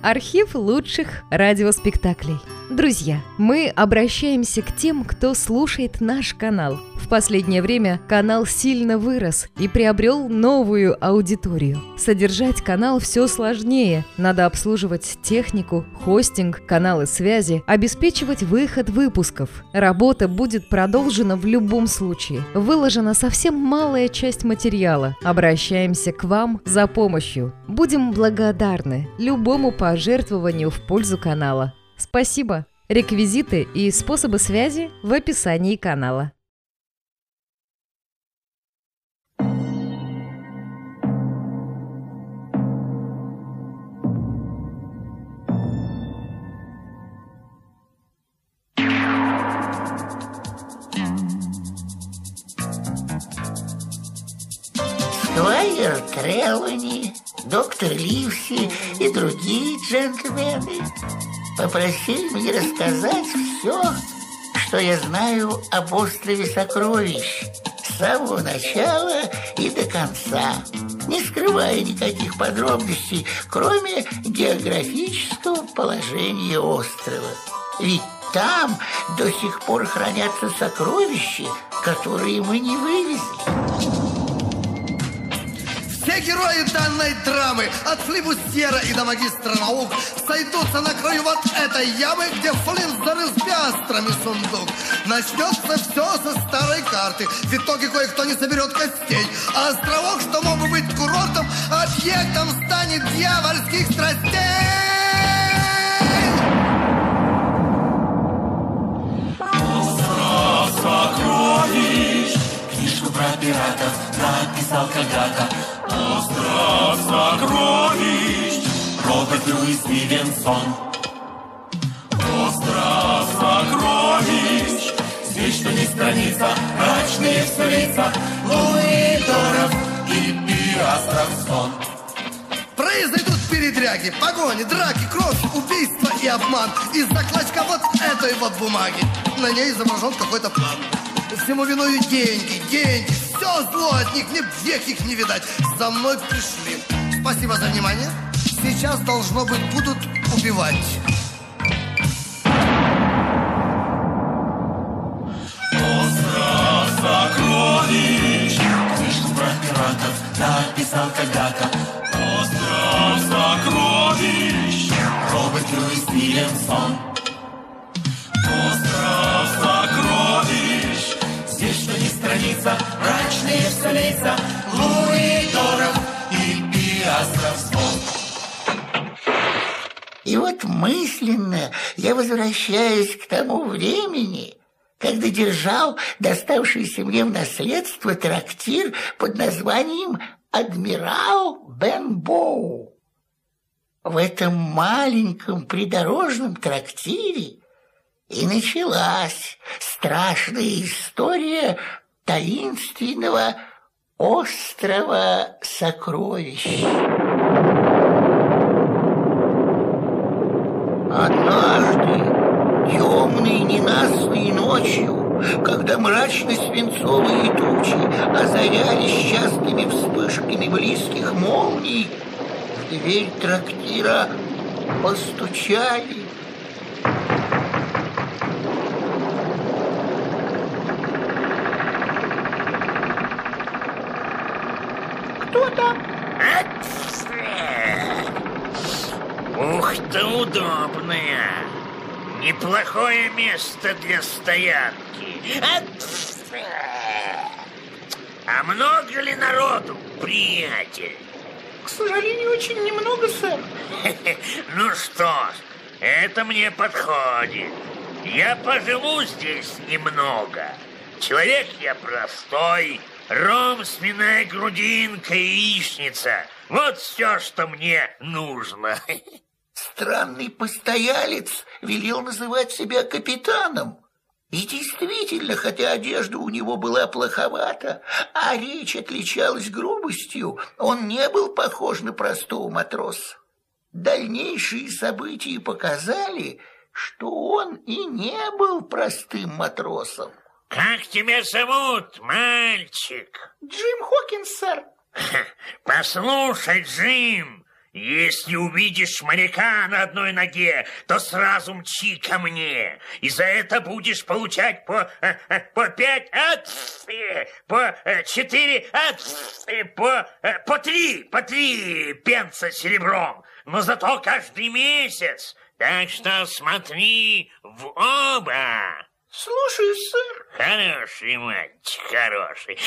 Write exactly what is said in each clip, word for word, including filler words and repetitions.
Архив лучших радиоспектаклей. Друзья, мы обращаемся к тем, кто слушает наш канал. В последнее время канал сильно вырос и приобрел новую аудиторию. Содержать канал все сложнее. Надо обслуживать технику, хостинг, каналы связи, обеспечивать выход выпусков. Работа будет продолжена в любом случае. Выложена совсем малая часть материала. Обращаемся к вам за помощью. Будем благодарны любому пожертвованию в пользу канала. Спасибо! Реквизиты и способы связи в описании канала. Сквайр Трелани, доктор Ливси и другие джентльмены попросили меня рассказать все, что я знаю об острове Сокровищ с самого начала и до конца, не скрывая никаких подробностей, кроме географического положения острова. Ведь там до сих пор хранятся сокровища, которые мы не вывезли. Все герои данной драмы, от флибустьера и до магистра наук, сойдутся на краю вот этой ямы, где Флинт зарыл с пиастрами сундук. Начнется все со старой карты. В итоге кое-кто не соберет костей, а островок, что мог бы быть курортом, объектом станет дьявольских страстей. Остров сокровищ, книжку про пиратов написал когда-то. Остров сокровищ, Роберт Льюис Стивенсон. Остров сокровищ, здесь что ни страница, мрачные все лица, луидоров и пиастров сон. Произойдут передряги, погони, драки, кровь, убийства и обман из-за клочка вот этой вот бумаги. На ней изображен какой-то план. Всему виною деньги, деньги, все зло от них, мне век их не видать. За мной пришли. Спасибо за внимание. Сейчас, должно быть, будут убивать. Остров сокровищ, книжку про пиратов написал когда-то. Остров сокровищ, Роберт Льюис Стивенсон. Остров сокровищ, здесь что ни страница, мрачные все лица, луидоров и пиастров сон. И вот мысленно я возвращаюсь к тому времени, когда держал доставшийся мне в наследство трактир под названием «Адмирал Бенбоу». В этом маленьком придорожном трактире и началась страшная история таинственного острова Сокровищ. Однажды, темной ненастной ночью, когда мрачно-свинцовые тучи озарялись частыми вспышками близких молний, в дверь трактира постучали. Кто там? Ух ты, удобная. Неплохое место для стоянки. А много ли народу, приятель? К сожалению, очень немного, сэр. Ну что ж, это мне подходит. Я поживу здесь немного. Человек я простой. Ром, свиная грудинка и яичница. Вот все, что мне нужно. Странный постоялец велел называть себя капитаном. И действительно, хотя одежда у него была плоховата, а речь отличалась грубостью, он не был похож на простого матроса. Дальнейшие события показали, что он и не был простым матросом. Как тебя зовут, мальчик? Джим Хокинс, сэр. Послушай, Джим, Если увидишь моряка на одной ноге, то сразу мчи ко мне. И за это будешь получать по, по пять, по четыре, по, по три, по три пенса серебром. Но зато каждый месяц. Так что смотри в оба. Слушаю, сэр. Хороший мальчик, хороший.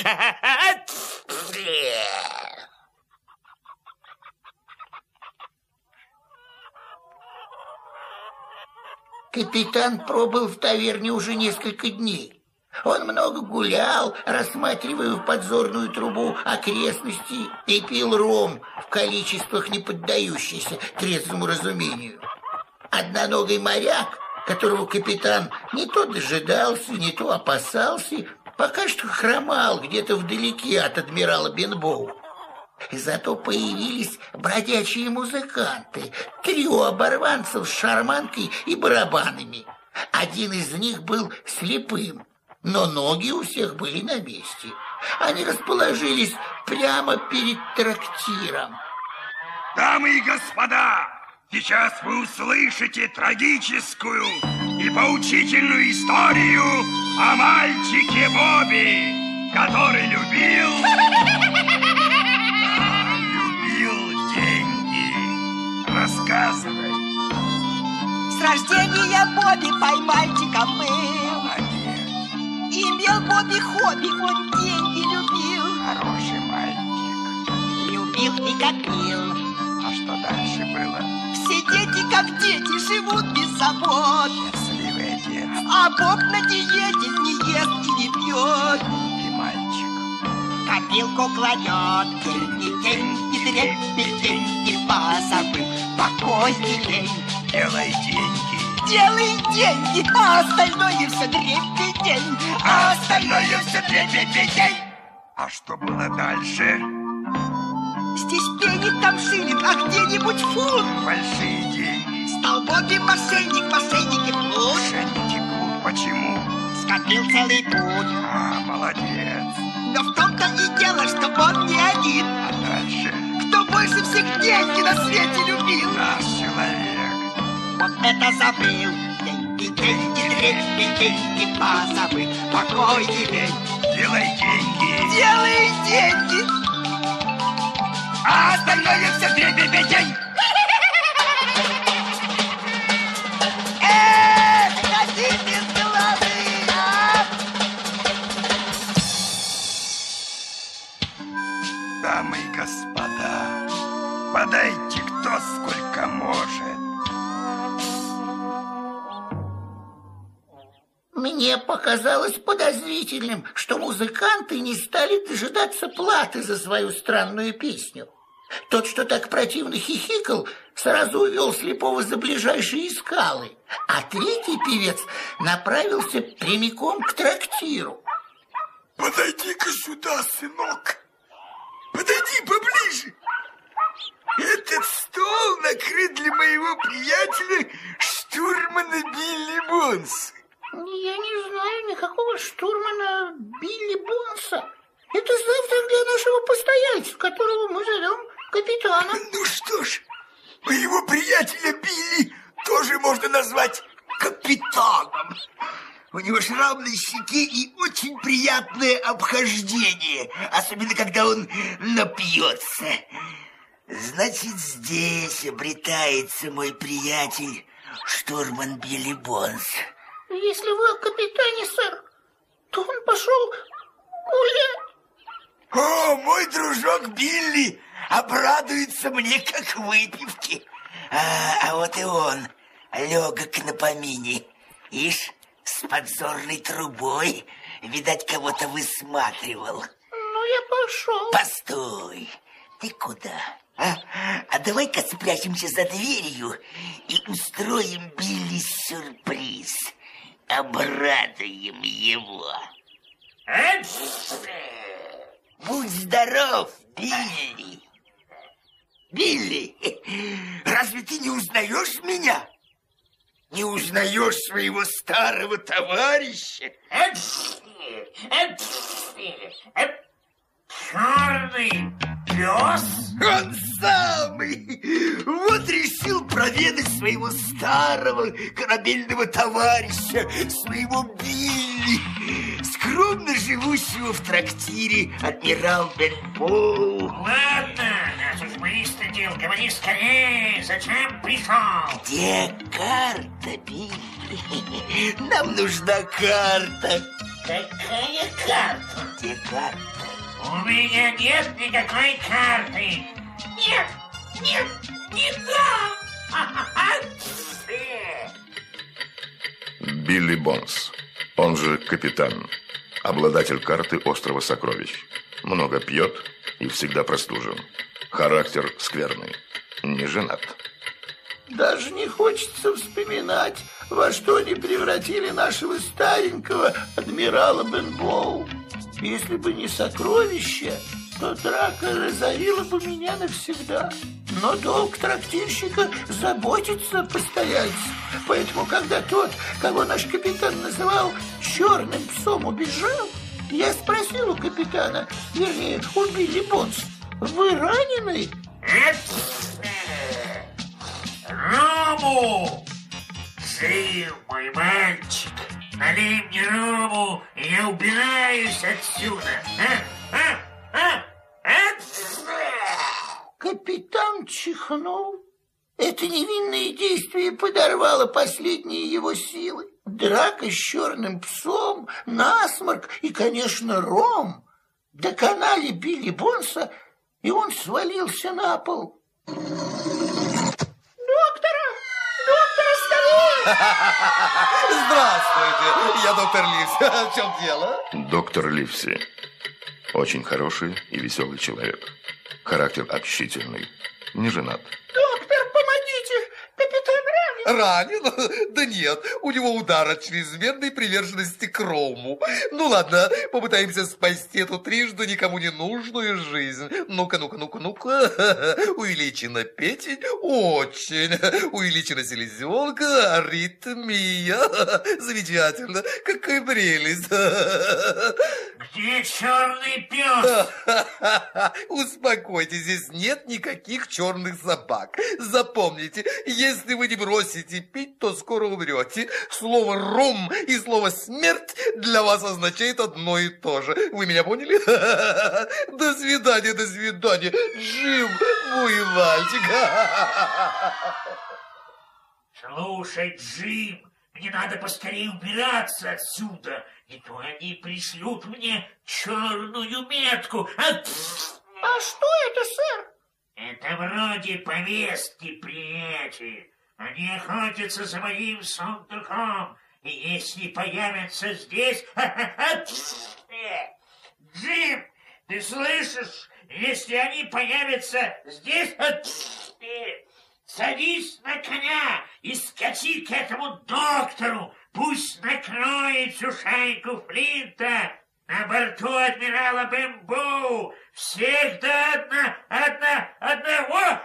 Капитан пробыл в таверне уже несколько дней. Он много гулял, рассматривая в подзорную трубу окрестности, и пил ром в количествах, не поддающихся трезвому разумению. Одноногий моряк, которого капитан не то дожидался, не то опасался, пока что хромал где-то вдалеке от адмирала Бенбоу. Зато появились бродячие музыканты, трио оборванцев с шарманкой и барабанами. Один из них был слепым, но ноги у всех были на месте. Они расположились прямо перед трактиром. Дамы и господа, сейчас вы услышите трагическую и поучительную историю о мальчике Бобби, который любил... Рассказывай. С рождения Бобби поймальчиком был. Молодец. Имел Бобби хобби, он деньги любил. Хороший мальчик. Любил и копил. А что дальше было? Все дети, как дети, живут без забот. Счастливое детство. А Боб на диете не ест и не пьет. И мальчик. Копилку кладет. Деньги, деньги, трепет, деньги позабыл. Покойный день. Делай деньги. Делай деньги, а остальное все дребедень. А остальное все дребедень. А что было дальше? Здесь пенни, там шиллинг, а где-нибудь фунт. Большие деньги. Стал Бобби мошенник, мошенники плут. Мошенники плут. Почему? Скопил целый путь. А, молодец. Но в том-то и дело, что он не один. А дальше? Кто больше всех деньги на свете любил? Наш человек. Вот это забыл. Деньги, деньги, деньги, деньги позабыл. Покойный день. Делай деньги. Делай деньги. А остальное все дребедень. Эх, ходи без головы, а! Дамы и господа, подайте кто сколько может. Мне показалось подозрительным, что музыканты не стали дожидаться платы за свою странную песню. Тот, что так противно хихикал, сразу увел слепого за ближайшие скалы, а третий певец направился прямиком к трактиру. Подойди-ка сюда, сынок. Подойди поближе. Этот стол накрыт для моего приятеля штурмана Билли Бонса. Я не знаю никакого штурмана Билли Бонса. Это завтрак для нашего постояльца, которого мы зовем капитаном. Ну что ж, моего приятеля Билли тоже можно назвать капитаном. У него шрам на щеке и очень приятное обхождение, особенно когда он напьется. Значит, здесь обретается мой приятель штурман Билли Бонс. Если вы о капитане, сэр, то он пошел гулять. О, мой дружок Билли обрадуется мне, как выпивки. А, а вот и он, легок на помине. Ишь, с подзорной трубой, видать, кого-то высматривал. Ну, я пошел. Постой, ты куда? А, а давай-ка спрячемся за дверью и устроим Билли сюрприз. Обрадуем его. Будь здоров, Билли. Билли, разве ты не узнаешь меня? Не узнаешь своего старого товарища? Черный пес? Он самый! Вот решил проведать своего старого корабельного товарища, своего Билли, скромно живущего в трактире адмирал Бенбоу. Ладно, раз уж выстудил, говори скорее, зачем пришел? Где карта, Билли? Нам нужна карта. Какая карта? Где карта? У меня нет никакой карты. Нет, нет, не дам. Билли Бонс, он же капитан, обладатель карты острова Сокровищ. Много пьет и всегда простужен. Характер скверный, не женат. Даже не хочется вспоминать, во что они превратили нашего старенького адмирала Бенбоу. Если бы не сокровище, то драка разорила бы меня навсегда. Но долг трактирщика заботиться о постояльце. Поэтому, когда тот, кого наш капитан называл черным псом, убежал, я спросил у капитана, вернее, у Билли Бонс: вы ранены? Рому! Жив, мой мальчик! Налей мне рому, и я убираюсь отсюда! А? А? А? А? Капитан чихнул. Это невинное действие подорвало последние его силы. Драка с черным псом, насморк и, конечно, ром доконали Билли Бонса, и он свалился на пол. Доктора! Доктора, скорее! Здравствуйте, я доктор Ливси. В чем дело? Доктор Ливси. Очень хороший и веселый человек. Характер общительный. Не женат. Доктор, помогите! Капитан ранен! Ранен? Да нет, у него удар от чрезмерной приверженности к рому. Ну ладно, попытаемся спасти эту трижды никому не нужную жизнь. Ну-ка, ну-ка, ну-ка, ну-ка. Увеличена печень, очень. Увеличена селезенка, аритмия. Замечательно, какая прелесть. Где черный пес? Успокойтесь, здесь нет никаких черных собак. Запомните, если вы не бросите пить, то скоро умрете. Слово «ром» и слово «смерть» для вас означает одно и то же. Вы меня поняли? До свидания, до свидания. Джим, мой мальчик. Слушай, Джим, мне надо поскорее убираться отсюда, не то они пришлют мне черную метку. А, А что это, сэр? это вроде повестки, приятель. Они охотятся за моим сундуком, и если появятся здесь... Джим, ты слышишь? Если они появятся здесь... Садись на коня и скачи к этому доктору. Пусть накроет всю шайку Флинта. На борту адмирала Бенбоу всех до одна, одна, одного.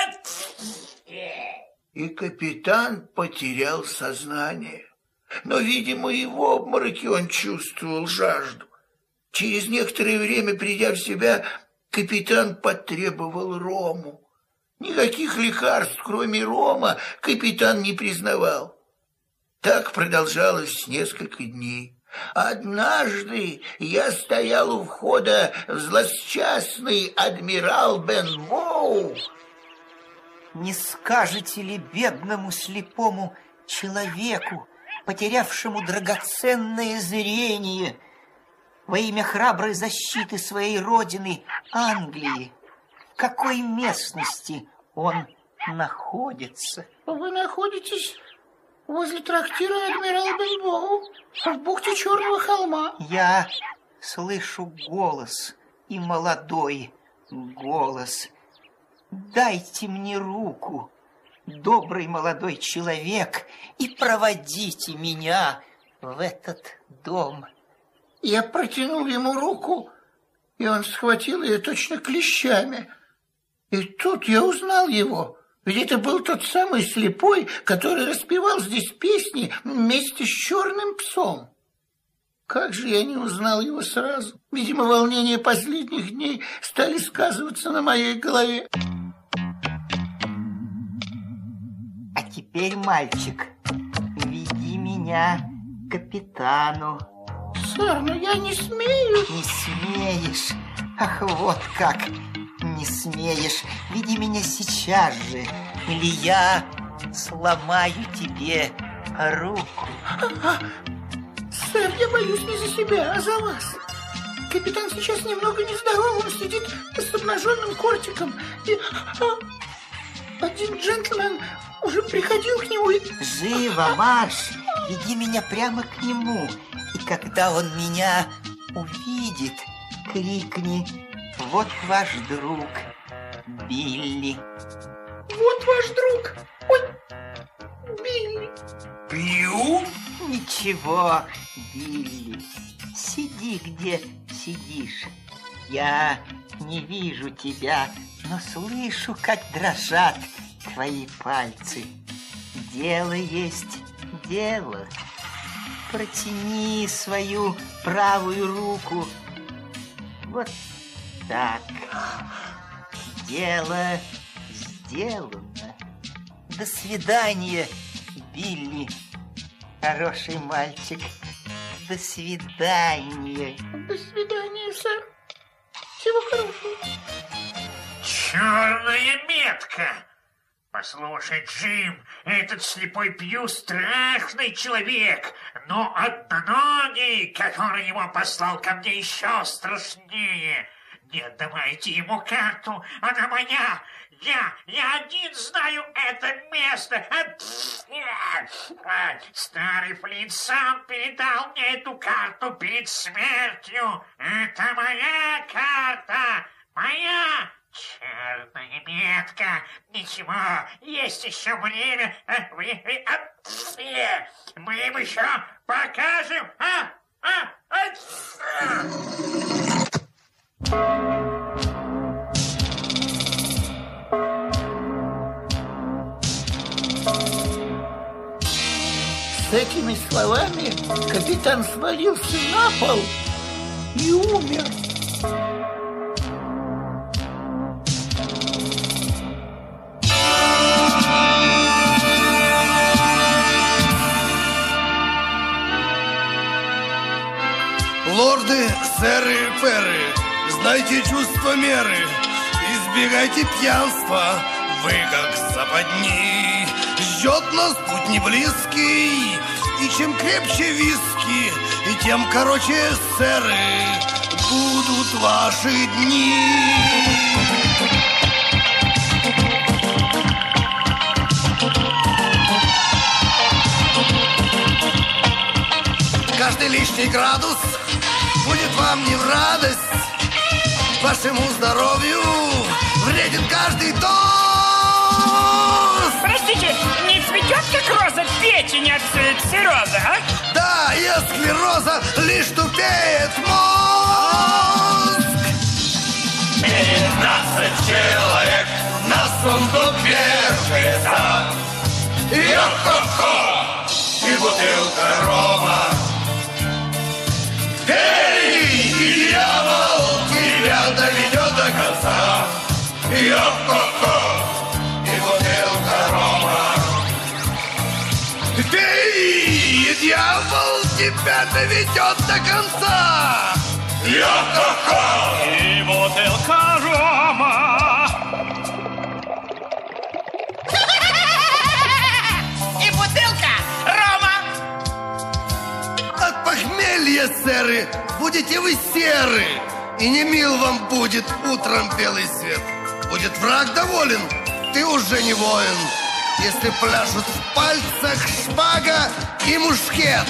И капитан потерял сознание. Но, видимо, и в обмороке он чувствовал жажду. Через некоторое время, придя в себя, капитан потребовал рому. Никаких лекарств, кроме рома, капитан не признавал. Так продолжалось несколько дней. Однажды я стоял у входа в злосчастный адмирал Бенбоу. Не скажете ли бедному слепому человеку, потерявшему драгоценное зрение, во имя храброй защиты своей родины Англии, в какой местности он находится? Вы находитесь возле трактира адмирала Бенбоу в бухте Черного холма. Я слышу голос, и молодой голос. Дайте мне руку, добрый молодой человек, и проводите меня в этот дом. Я протянул ему руку, и он схватил ее точно клещами. И тут я узнал его. Ведь это был тот самый слепой, который распевал здесь песни вместе с черным псом. Как же я не узнал его сразу? Видимо, волнения последних дней стали сказываться на моей голове. А теперь, мальчик, веди меня к капитану. Сэр, но я не смею. Не смеешь? Ах, вот как. Не смеешь. Веди меня сейчас же, или я сломаю тебе руку. Сэр, я боюсь не за себя, а за вас. Капитан сейчас немного нездоров, он сидит с обнаженным кортиком. И а, один джентльмен уже приходил к нему и... Живо, марш! Веди меня прямо к нему. И когда он меня увидит, крикни: вот ваш друг, Билли. Вот ваш друг. Ой, Билли. Пью? Ничего, Билли. Сиди, где сидишь. Я не вижу тебя, но слышу, как дрожат твои пальцы. Дело есть дело. Протяни свою правую руку. Вот так. Дело сделано. До свидания, Билли. Хороший мальчик. До свидания. До свидания, сэр. Всего хорошего. Черная метка. Послушай, Джим, этот слепой Пью страшный человек, но одноногий, который его послал ко мне, еще страшнее. Не отдавайте ему карту, она моя. Я, я один знаю это место. Старый Флинт сам передал мне эту карту перед смертью. Это моя карта, моя. Черная метка. Ничего, есть еще время. Мы им еще покажем. А? А? А? С этими словами капитан свалился на пол и умер. Лорды, сэры, пэры, знайте чувство меры, избегайте пьянства, вы как западни. Ждет нас путь не близкий, и чем крепче виски, и тем короче, сэры, будут ваши дни. Каждый лишний градус будет вам не в радость, вашему здоровью вреден каждый тост. Простите, не цветет как роза печень от цирроза, а? Да, и от склероза лишь тупеет мозг. Пятнадцать человек на сундук вешается. Йо-хо-хо! И бутылка рома. Эй, дьявол, тебя доведет до конца. Йо-хо-хо! И бутылка рома. Эй, дьявол, тебя доведет до конца. Йо-хо-хо! И бутылка рома. И бутылка рома. От похмелья, сэры, будете вы серы, и не мил вам будет утром белый свет. Будет враг доволен, ты уже не воин, если пляшут в пальцах шпага и мушкет.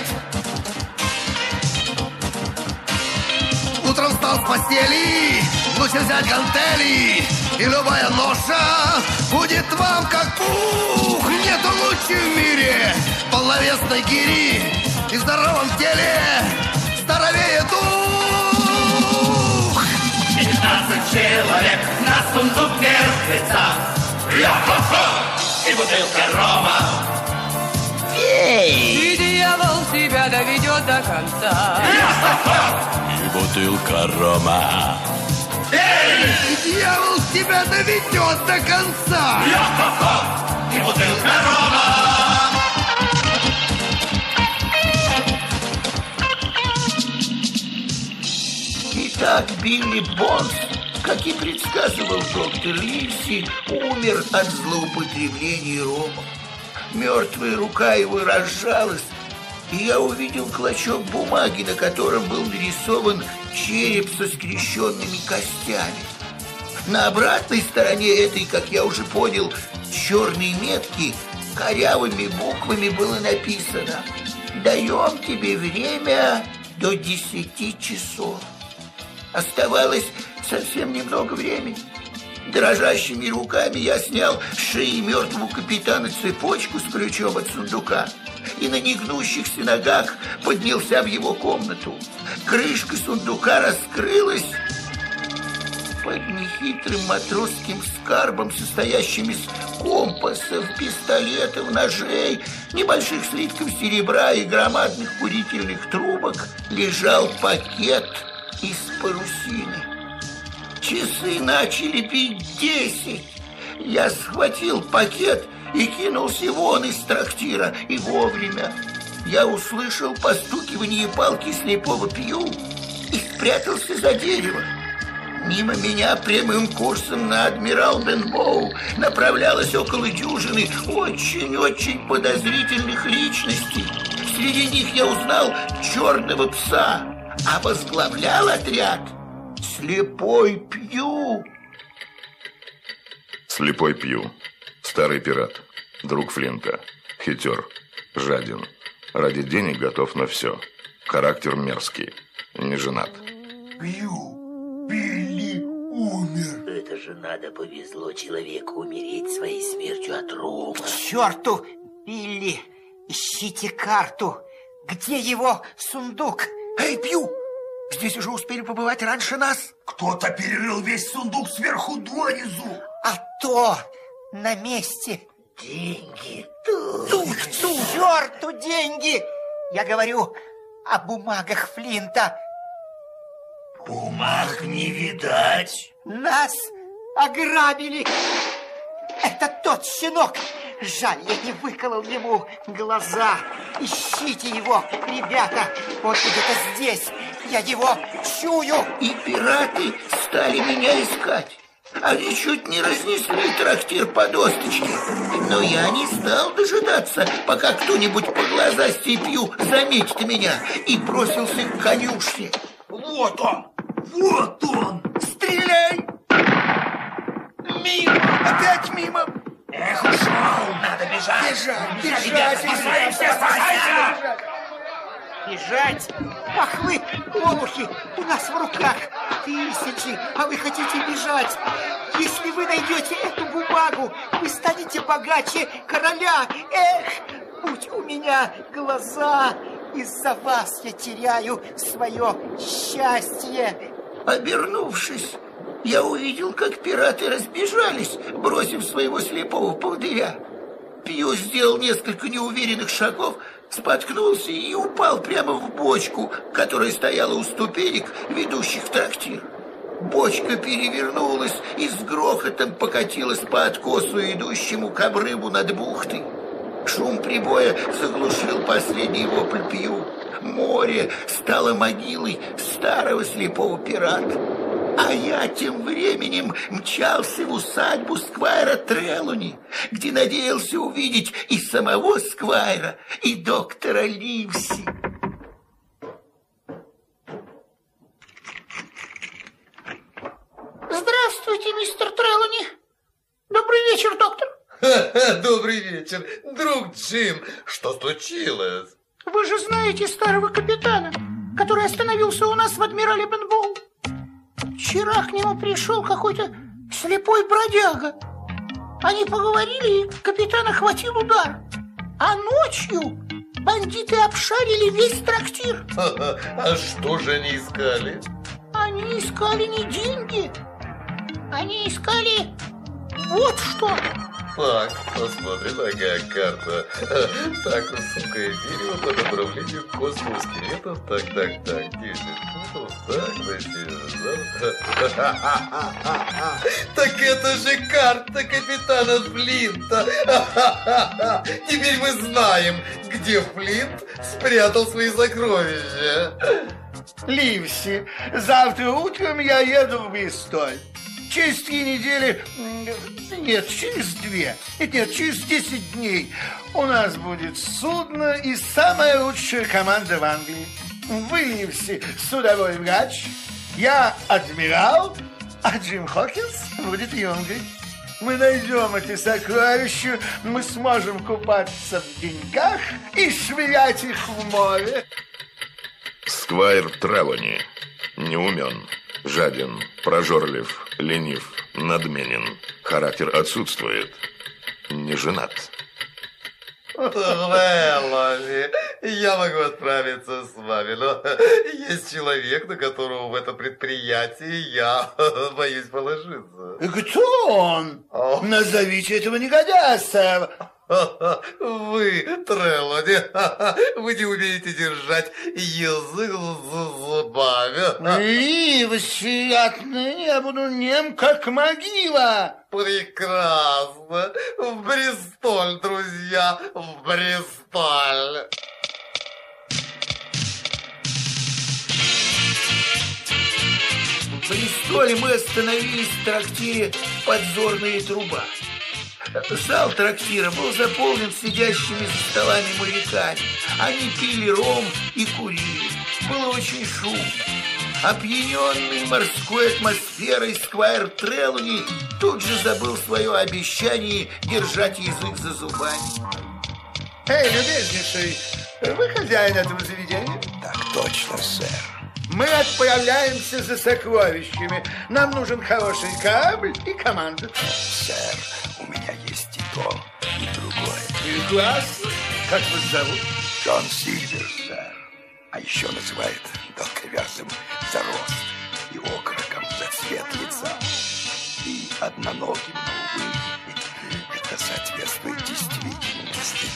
Утром встал с постели, лучше взять гантели, и любая ноша будет вам как пух. Нету лучше в мире полновесной гири, и в здоровом теле здоровее дух. Пятнадцать человек на сундук мертвеца. Йо-хо-хо! И бутылка рома. Эй! И дьявол себя доведет до конца. И бутылка рома. Эй, дьявол тебя доведет до конца. И бутылка рома. Итак, Билли Бонс, как и предсказывал доктор Ливси, умер от злоупотребления ромом. Мертвая рука его разжалась, и я увидел клочок бумаги, на котором был нарисован череп со скрещенными костями. На обратной стороне этой, как я уже понял, черной метки корявыми буквами было написано: «Даем тебе время до десяти часов». Оставалось совсем немного времени. Дрожащими руками я снял с шеи мертвого капитана цепочку с ключом от сундука и на негнущихся ногах поднялся в его комнату. Крышка сундука раскрылась. Под нехитрым матросским скарбом, состоящим из компасов, пистолетов, ножей, небольших слитков серебра и громадных курительных трубок, лежал пакет из парусины. Часы начали бить десять. Я схватил пакет и кинулся вон из трактира. И вовремя. Я услышал постукивание палки слепого Пью и спрятался за дерево. Мимо меня прямым курсом на Адмирал Бенбоу направлялось около дюжины очень-очень подозрительных личностей. Среди них я узнал черного пса, а возглавлял отряд Слепой Пью. Слепой Пью. Старый пират. Друг Флинта. Хитер. Жаден. Ради денег готов на все. Характер мерзкий. Не женат. Пью. Билли умер. Это же надо повезло человеку умереть своей смертью от рома. К черту, Билли. Ищите карту. Где его сундук? Эй, Пью! Здесь уже успели побывать раньше нас. Кто-то перерыл весь сундук сверху донизу. А то на месте. Деньги тут. Тут, тут. К черту деньги. Я говорю о бумагах Флинта. Бумаг не видать. Нас ограбили. Это тот щенок. Жаль, я не выколол ему глаза. Ищите его, ребята. Он где-то здесь. Я его чую. И пираты стали меня искать. Они чуть не разнесли трактир по досточке. Но я не стал дожидаться, пока кто-нибудь по глазасти Пью заметит меня, и бросился к конюшне. Вот он! Вот он! Стреляй! Мимо! Опять мимо! Эх, ушел! Надо бежать! Бежать! Бежать! Бежать! Спасаемся! Спасаемся! Бежать? Ах вы, олухи, у нас в руках тысячи, а вы хотите бежать. Если вы найдете эту бумагу, вы станете богаче короля. Эх, будь у меня глаза, из-за вас я теряю свое счастье. Обернувшись, я увидел, как пираты разбежались, бросив своего слепого поводыря. Пью сделал несколько неуверенных шагов, споткнулся и упал прямо в бочку, которая стояла у ступенек, ведущих в трактир. Бочка перевернулась и с грохотом покатилась по откосу, идущему к обрыву над бухтой. Шум прибоя заглушил последний вопль Пью. Море стало могилой старого слепого пирата. А я тем временем мчался в усадьбу сквайра Трелуни, где надеялся увидеть и самого сквайра, и доктора Ливси. Здравствуйте, мистер Трелуни. Добрый вечер, доктор. Добрый вечер, друг Джим. Что случилось? Вы же знаете старого капитана, который остановился у нас в Адмирале Бенбоу. Вчера к нему пришел какой-то слепой бродяга. Они поговорили, и капитана хватил удар. А ночью бандиты обшарили весь трактир. А что же они искали? Они искали не деньги. Они искали вот что. Так, посмотрим, ага, карта. Так, высокое дерево по направлению к космосу скелетов. Так, так, так, десять футов. Так, значит, так это же карта капитана Флинта. Теперь мы знаем, где Флинт спрятал свои сокровища. Ливси, завтра утром я еду в Бристоль. Через три недели, нет, через две, нет, нет, через десять дней у нас будет судно и самая лучшая команда в Англии. Вы, Ливси, судовой врач, я адмирал, а Джим Хокинс будет юнгой. Мы найдем эти сокровища, мы сможем купаться в деньгах и швырять их в море. Сквайр Трелони не умен, жаден, прожорлив, ленив, надменен. Характер отсутствует. Не женат. Трелони, я могу отправиться с вами, но есть человек, на которого в этом предприятии я боюсь положиться. Кто он? Назовите этого негодяя, сэр. Вы, Трелони, вы не умеете держать язык за зубами. Ливси, отныне я буду нем, как могила. Прекрасно. В Бристоль, друзья, в Бристоль. В Бристоле мы остановились в трактире «Подзорная труба». Зал трактира был заполнен сидящими за столами моряками. Они пили ром и курили. Было очень шумно. Опьяненный морской атмосферой, сквайр Трелони тут же забыл свое обещание держать язык за зубами. Эй, любезнейший, вы хозяин этого заведения? Так точно, сэр. Мы отправляемся за сокровищами. Нам нужен хороший корабль и команда. Сэр, у меня есть и то, и другое. Прекрасно. Как вас зовут? Джон Сильвер, сэр. А еще называют долговязым за рост и окороком за цвет лица. И одноногим, но, увы, это соответствует действительности.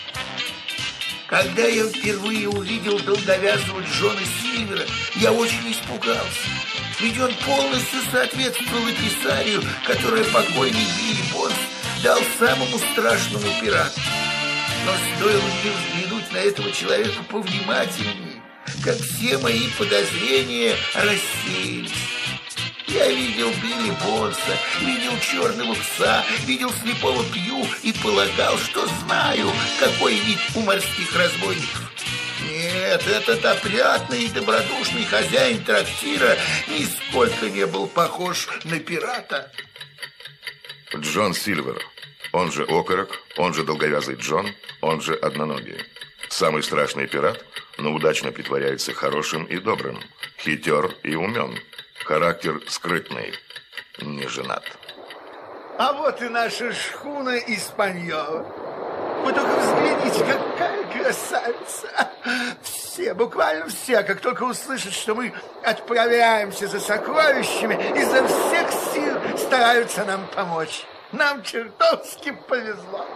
Когда я впервые увидел долговязого Джона Сильвера, я очень испугался. Ведь он полностью соответствовал описанию, которое покойный Билли Бонс дал самому страшному пирату. Но стоило мне взглянуть на этого человека повнимательнее, как все мои подозрения рассеялись. Я видел Билли Бонса, видел черного пса, видел слепого Пью и полагал, что знаю, какой вид у морских разбойников. Нет, этот опрятный и добродушный хозяин трактира нисколько не был похож на пирата. Джон Сильвер, он же Окорок, он же Долговязый Джон, он же Одноногий. Самый страшный пират, но удачно притворяется хорошим и добрым, хитер и умен. Характер скрытный, не женат. А вот и наша шхуна Испаньола. Вы только взгляните, какая красавица. Все, буквально все, как только услышат, что мы отправляемся за сокровищами, изо всех сил стараются нам помочь. Нам чертовски повезло.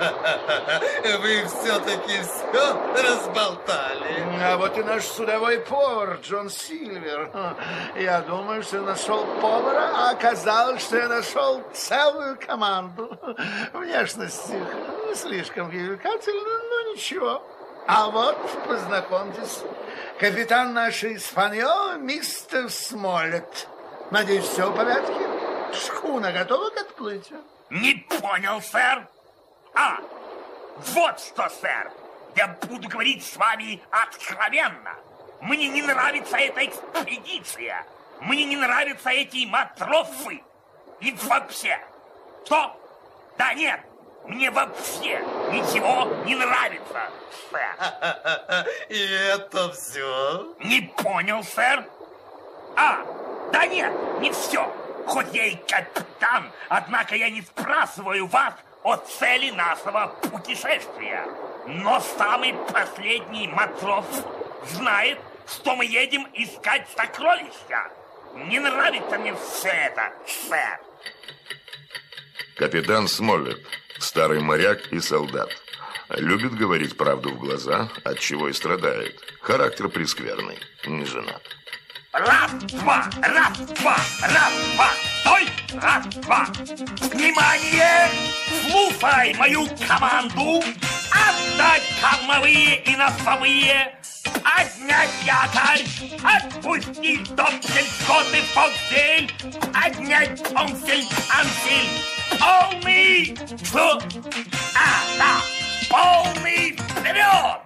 Вы все-таки все разболтали. А вот и наш судовой повар Джон Сильвер. Я думаю, что я нашел повара, а оказалось, что я нашел целую команду. Внешность их не слишком привлекательна, но ничего. А вот, познакомьтесь, капитан нашей Испаньолы, мистер Смоллет. Надеюсь, все в порядке? Шхуна готова к отплытию? Не понял, сэр. А, вот что, сэр. Я буду говорить с вами откровенно. Мне не нравится эта экспедиция. Мне не нравятся эти матросы. И вообще. Что? Да нет, мне вообще ничего не нравится, сэр. И это все? Не понял, сэр. А, да нет, не все. Хоть я и капитан, однако я не спрашиваю вас о цели нашего путешествия. Но самый последний матрос знает, что мы едем искать сокровища. Не нравится мне все это, сэр. Капитан Смоллет, старый моряк и солдат. Любит говорить правду в глаза, от чего и страдает. Характер прескверный, не женат. Раз, два, раз, два, раз, два. Стой! Раз, два. Внимание! Слушай мою команду. Отдать кормовые и носовые. Поднять якорь. Отпустить топсель, скоты, фоксель. Поднять тонсель, ансель. Полный... Что? А, да. Полный вперед!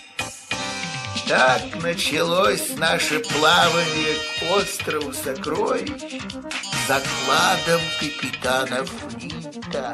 Так началось наше плавание к острову Сокровищ закладом капитана Флинта.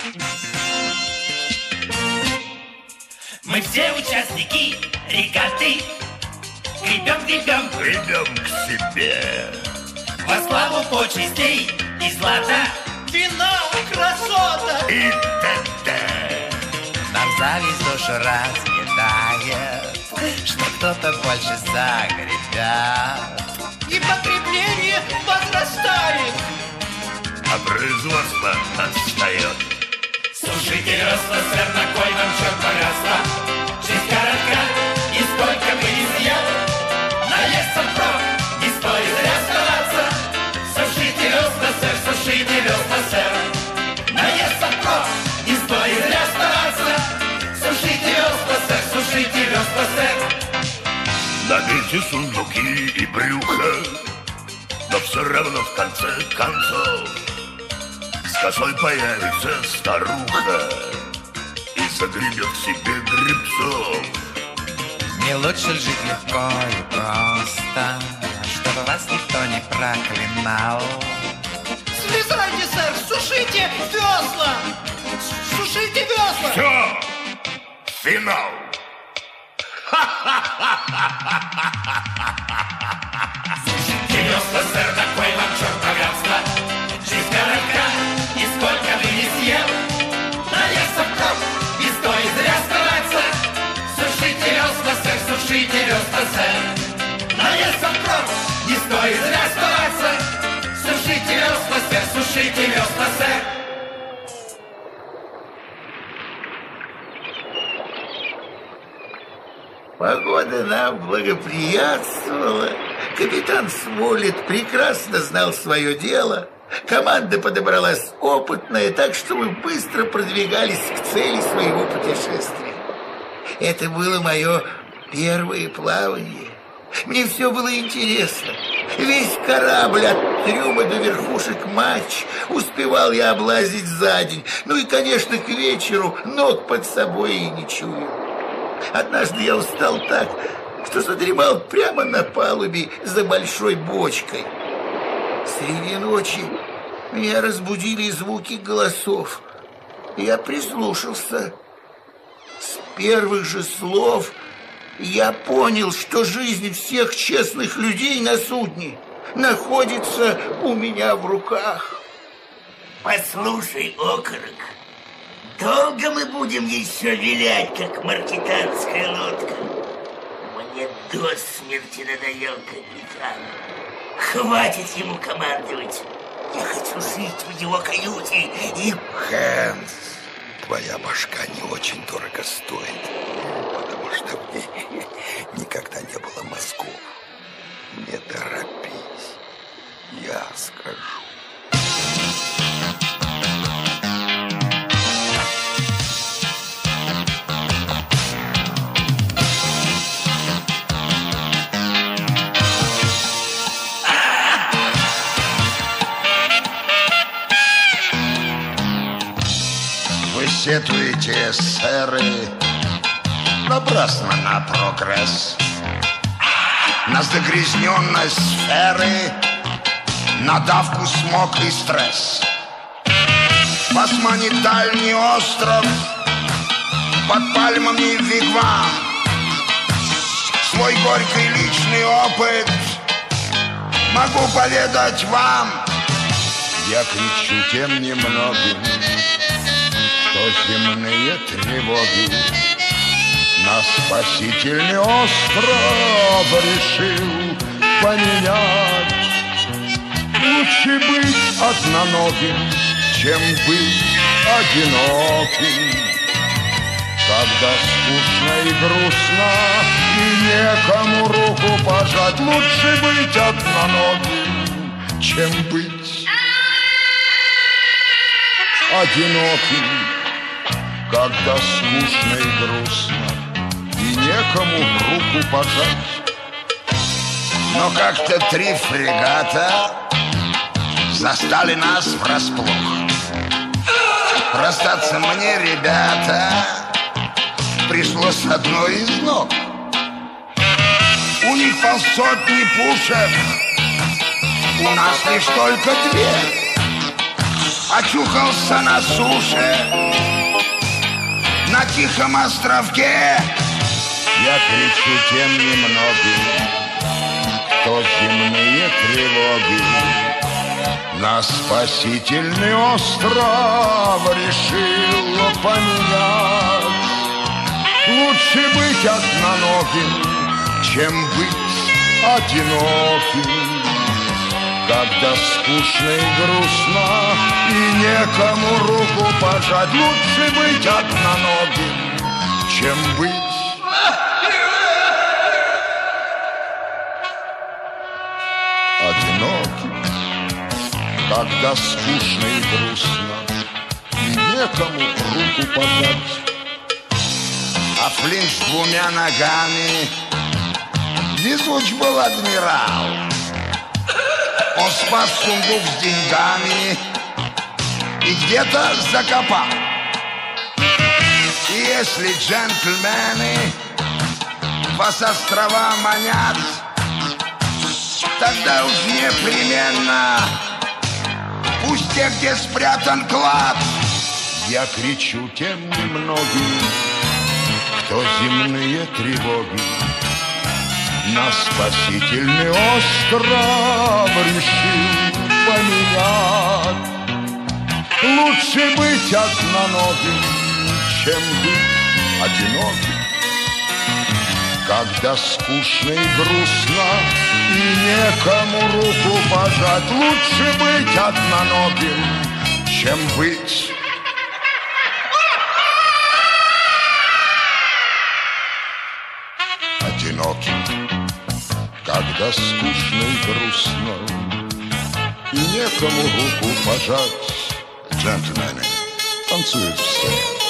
Мы все участники регаты. Гребем, гребем, гребем к себе. Во славу почестей и злата. Вина, красота и т.д. Нам зависть душу разъедает, что кто-то больше загребет. И потребление возрастает, а производство отстает. Слушайте, весла, сэр, на кой нам черт повезла? Жизнь коротка, и сколько бы ни съел, наесться впрок, не стоит зря стараться. Сушите весла, сэр, сушите весла, сэр, наесться впрок, не стоит зря стараться. Сушите весла, сэр, сушите весла, сэр. Набейте сундуки и брюхо, но все равно в конце концов с косой появится старуха и загребет себе гребцов. Не лучше жить легко и просто, чтобы вас никто не проклинал. Слезайте, сэр, сушите весла! Сушите весла! Все! Финал! Сушите весла, сэр, такой вам черт богатства. Жизнь коротка, и сколько бы ни съел, наесться впрок, не стоит зря стараться. Сушите весла, сэр, сушите весла, сэр, наесться впрок, не стоит зря стараться. Сушите весла, сэр, сушите весла, сэр. Погода нам благоприятствовала. Капитан Смоллет прекрасно знал свое дело. Команда подобралась опытная, так что мы быстро продвигались к цели своего путешествия. Это было мое первое плавание. Мне все было интересно. Весь корабль от трюма до верхушек матч успевал я облазить за день. Ну и, конечно, к вечеру ног под собой и не чую. Однажды я устал так, что задремал прямо на палубе за большой бочкой. Среди ночи меня разбудили звуки голосов. Я прислушался. С первых же слов я понял, что жизнь всех честных людей на судне находится у меня в руках. Послушай, окорок, долго мы будем еще вилять, как маркетанская лодка? Мне до смерти надоел капитан. Хватит ему командовать. Я хочу жить в его каюте и... Хэнс, твоя башка не очень дорого стоит, потому что в ней никогда не было мозгов. Не торопись, я скажу. Сетуете, сэры, напрасно на прогресс, на загрязненность сферы, на давку смог и стресс. Вас манит дальний остров, под пальмами вигвам. Свой горький личный опыт могу поведать вам. Я кричу тем немногим, что земные тревоги на спасительный остров решил поменять. Лучше быть одноногим, чем быть одиноким, когда скучно и грустно, и некому руку пожать. Лучше быть одноногим, чем быть одиноким, когда скучно и грустно, и некому руку пожать. Но как-то три фрегата застали нас врасплох. Расстаться мне, ребята, пришлось одной из ног. У них полсотни пушек, у нас лишь только две. Очухался на суше, на тихом островке. Я кричу тем немногим, кто земные тревоги на спасительный остров решил поменять. Лучше быть одноногим, чем быть одиноким, когда скучно и грустно, и некому руку пожать. Лучше быть одноногим, чем быть одиноким, когда скучно и грустно, и некому руку подать. А Флинт с двумя ногами везуч был адмирал. Он спас сундук с деньгами и где-то закопал. И если джентльмены вас острова манят, тогда уж непременно пусть те, где спрятан клад. Я кричу тем немногим, кто земные тревоги на спасительный остров решил поменять. Лучше быть одноногим, чем быть одиноким, когда скучно и грустно, и некому руку пожать. Лучше быть одноногим, чем быть одиноким, когда скучно и грустно, и некому руку пожать. Джентльмены, танцуют все.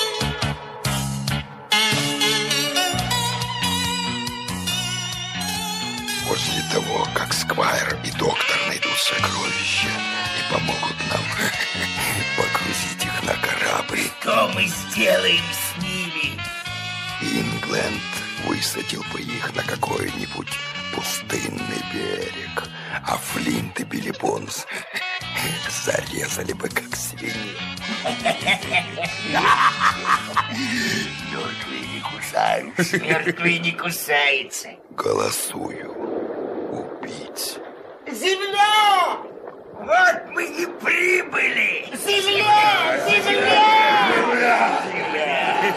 После того, как Сквайр и доктор найдут сокровища и помогут нам погрузить их на корабль, что мы сделаем с ними? Ингленд высадил бы их на какой-нибудь пустынный берег, а Флинт и Билли Бонс зарезали бы как свиней. Мертвые не кусаются. Мертвые не кусаются. Голосую убить. Земля! Вот мы и прибыли! Земля! Земля! Земля! Земля!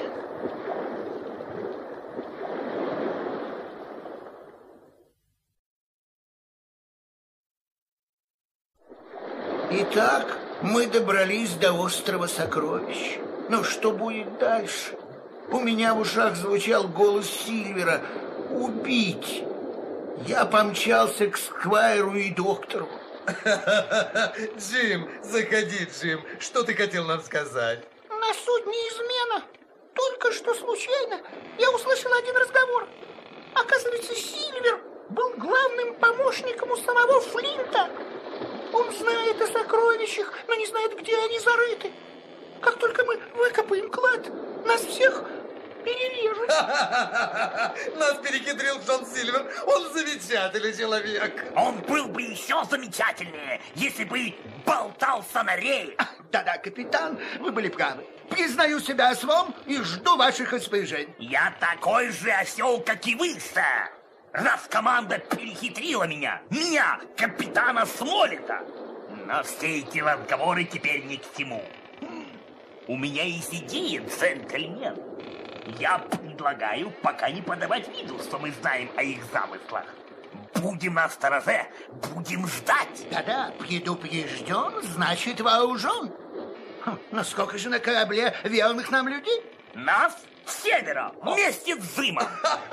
Итак, мы добрались до острова Сокровищ. Но что будет дальше? У меня в ушах звучал голос Сильвера: убить. Я помчался к Сквайру и доктору. Джим, заходи, Джим. Что ты хотел нам сказать? На судне измена. Только что случайно я услышал один разговор. Оказывается, Сильвер был главным помощником у самого Флинта. Он знает о сокровищах, но не знает, где они зарыты. Как только мы выкопаем клад, нас всех перережут. Нас перехитрил Джон Сильвер. Он замечательный человек. Он был бы еще замечательнее, если бы болтался на рее. Да-да, капитан, вы были правы. Признаю себя ослом и жду ваших распоряжений. Я такой же осел, как и вы, сэр. Раз команда перехитрила меня, меня, капитана Смолета. Но все эти разговоры теперь ни к чему. У меня есть идея, джентльмен. Я предлагаю пока не подавать виду, что мы знаем о их замыслах. Будем на стороже, будем ждать. Да-да, предупрежден, значит вооружен. Но сколько же на корабле верных нам людей? Нас семеро, вместе с Зымом.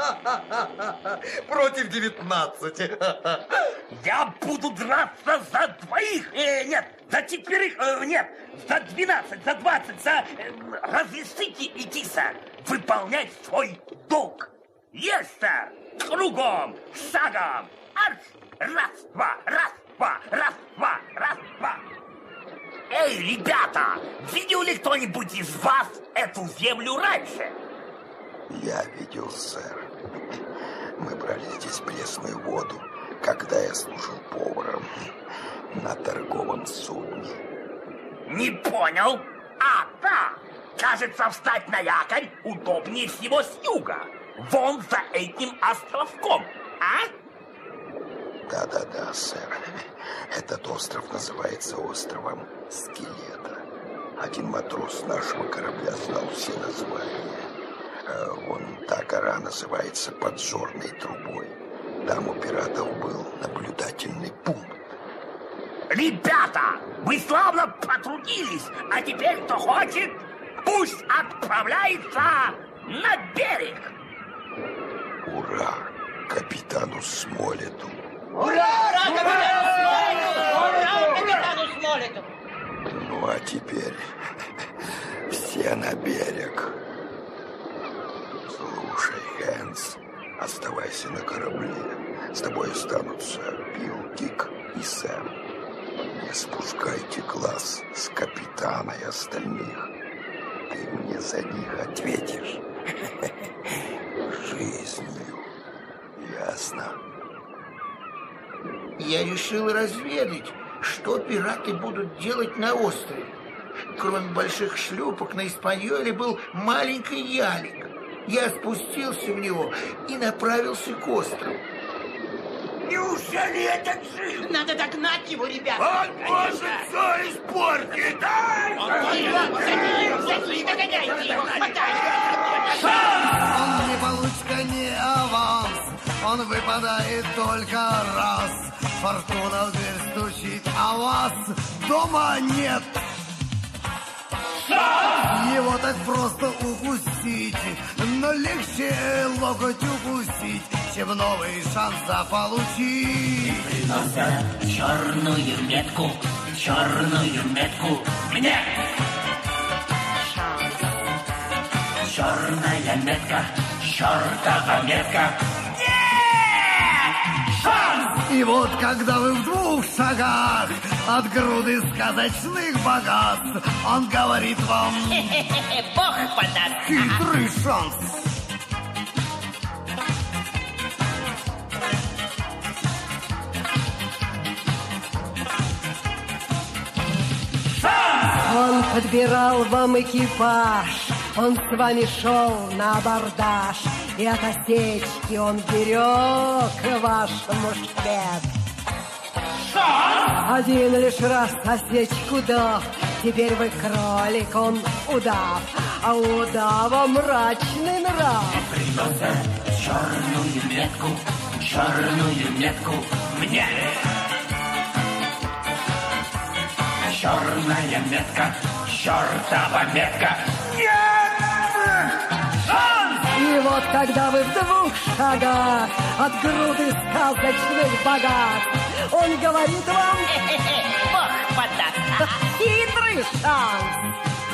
Против девятнадцати. Я буду драться за двоих. Э, нет, за четверых. Э, нет, за двенадцать, за двадцать, за... Э, разрешите идти, сэр, выполнять свой долг. Есть, сэр. Кругом, шагом. Арш. Раз, два, раз, два, раз, два, раз, два. Эй, ребята, видел ли кто-нибудь из вас эту землю раньше? Я видел, сэр. Мы брали здесь пресную воду, когда я служил поваром на торговом судне. Не понял? А, да. Кажется, встать на якорь удобнее всего с юга. Вон за этим островком, а? Да-да-да, сэр. Этот остров называется островом Скелета. Один матрос нашего корабля знал все названия. Вон та гора называется Поджорной трубой. Там у пиратов был наблюдательный пункт. Ребята, вы славно потрудились, а теперь кто хочет, пусть отправляется на берег. Ура капитану Смолету! Ура! Капитану Смолету! Ура капитану Смолету! Ну а теперь все на берег. Слушай, Хэнс, оставайся на корабле. С тобой останутся Билл, Дик и Сэм. Не спускайте глаз с капитана и остальных. Ты мне за них ответишь жизнью. Ясно? Я решил разведать, что пираты будут делать на острове. Кроме больших шлюпок на Испаньоле был маленький ялик. Я спустился в него и направился к острову. Неужели этот жив? Надо догнать его, ребята. Он может все испортить. За ним, за ним, догоняйте его, хватайте. Он не получка, не аванс, он выпадает только раз. Фортуна в дверь стучит, а вас дома нет. Его так просто укусить, но легче локоть укусить, чем новый шанс заполучить. Приносят черную метку, черную метку мне. Черная метка, чертова метка. И вот когда вы в двух шагах от груды сказочных богатств, он говорит вам: Бог подаст. Хитрый шанс. Он подбирал вам экипаж, он с вами шел на абордаж, и от осечки он берег ваш мушкет. Один лишь раз осечку дав, теперь вы кролик, он удав, а у удава мрачный нрав. Приносят черную метку, черную метку мне. Черная метка, чертова метка. И вот когда вы в двух шагах от груды сказочных богатств, он говорит вам: Бог подаст. Хитрый шанс.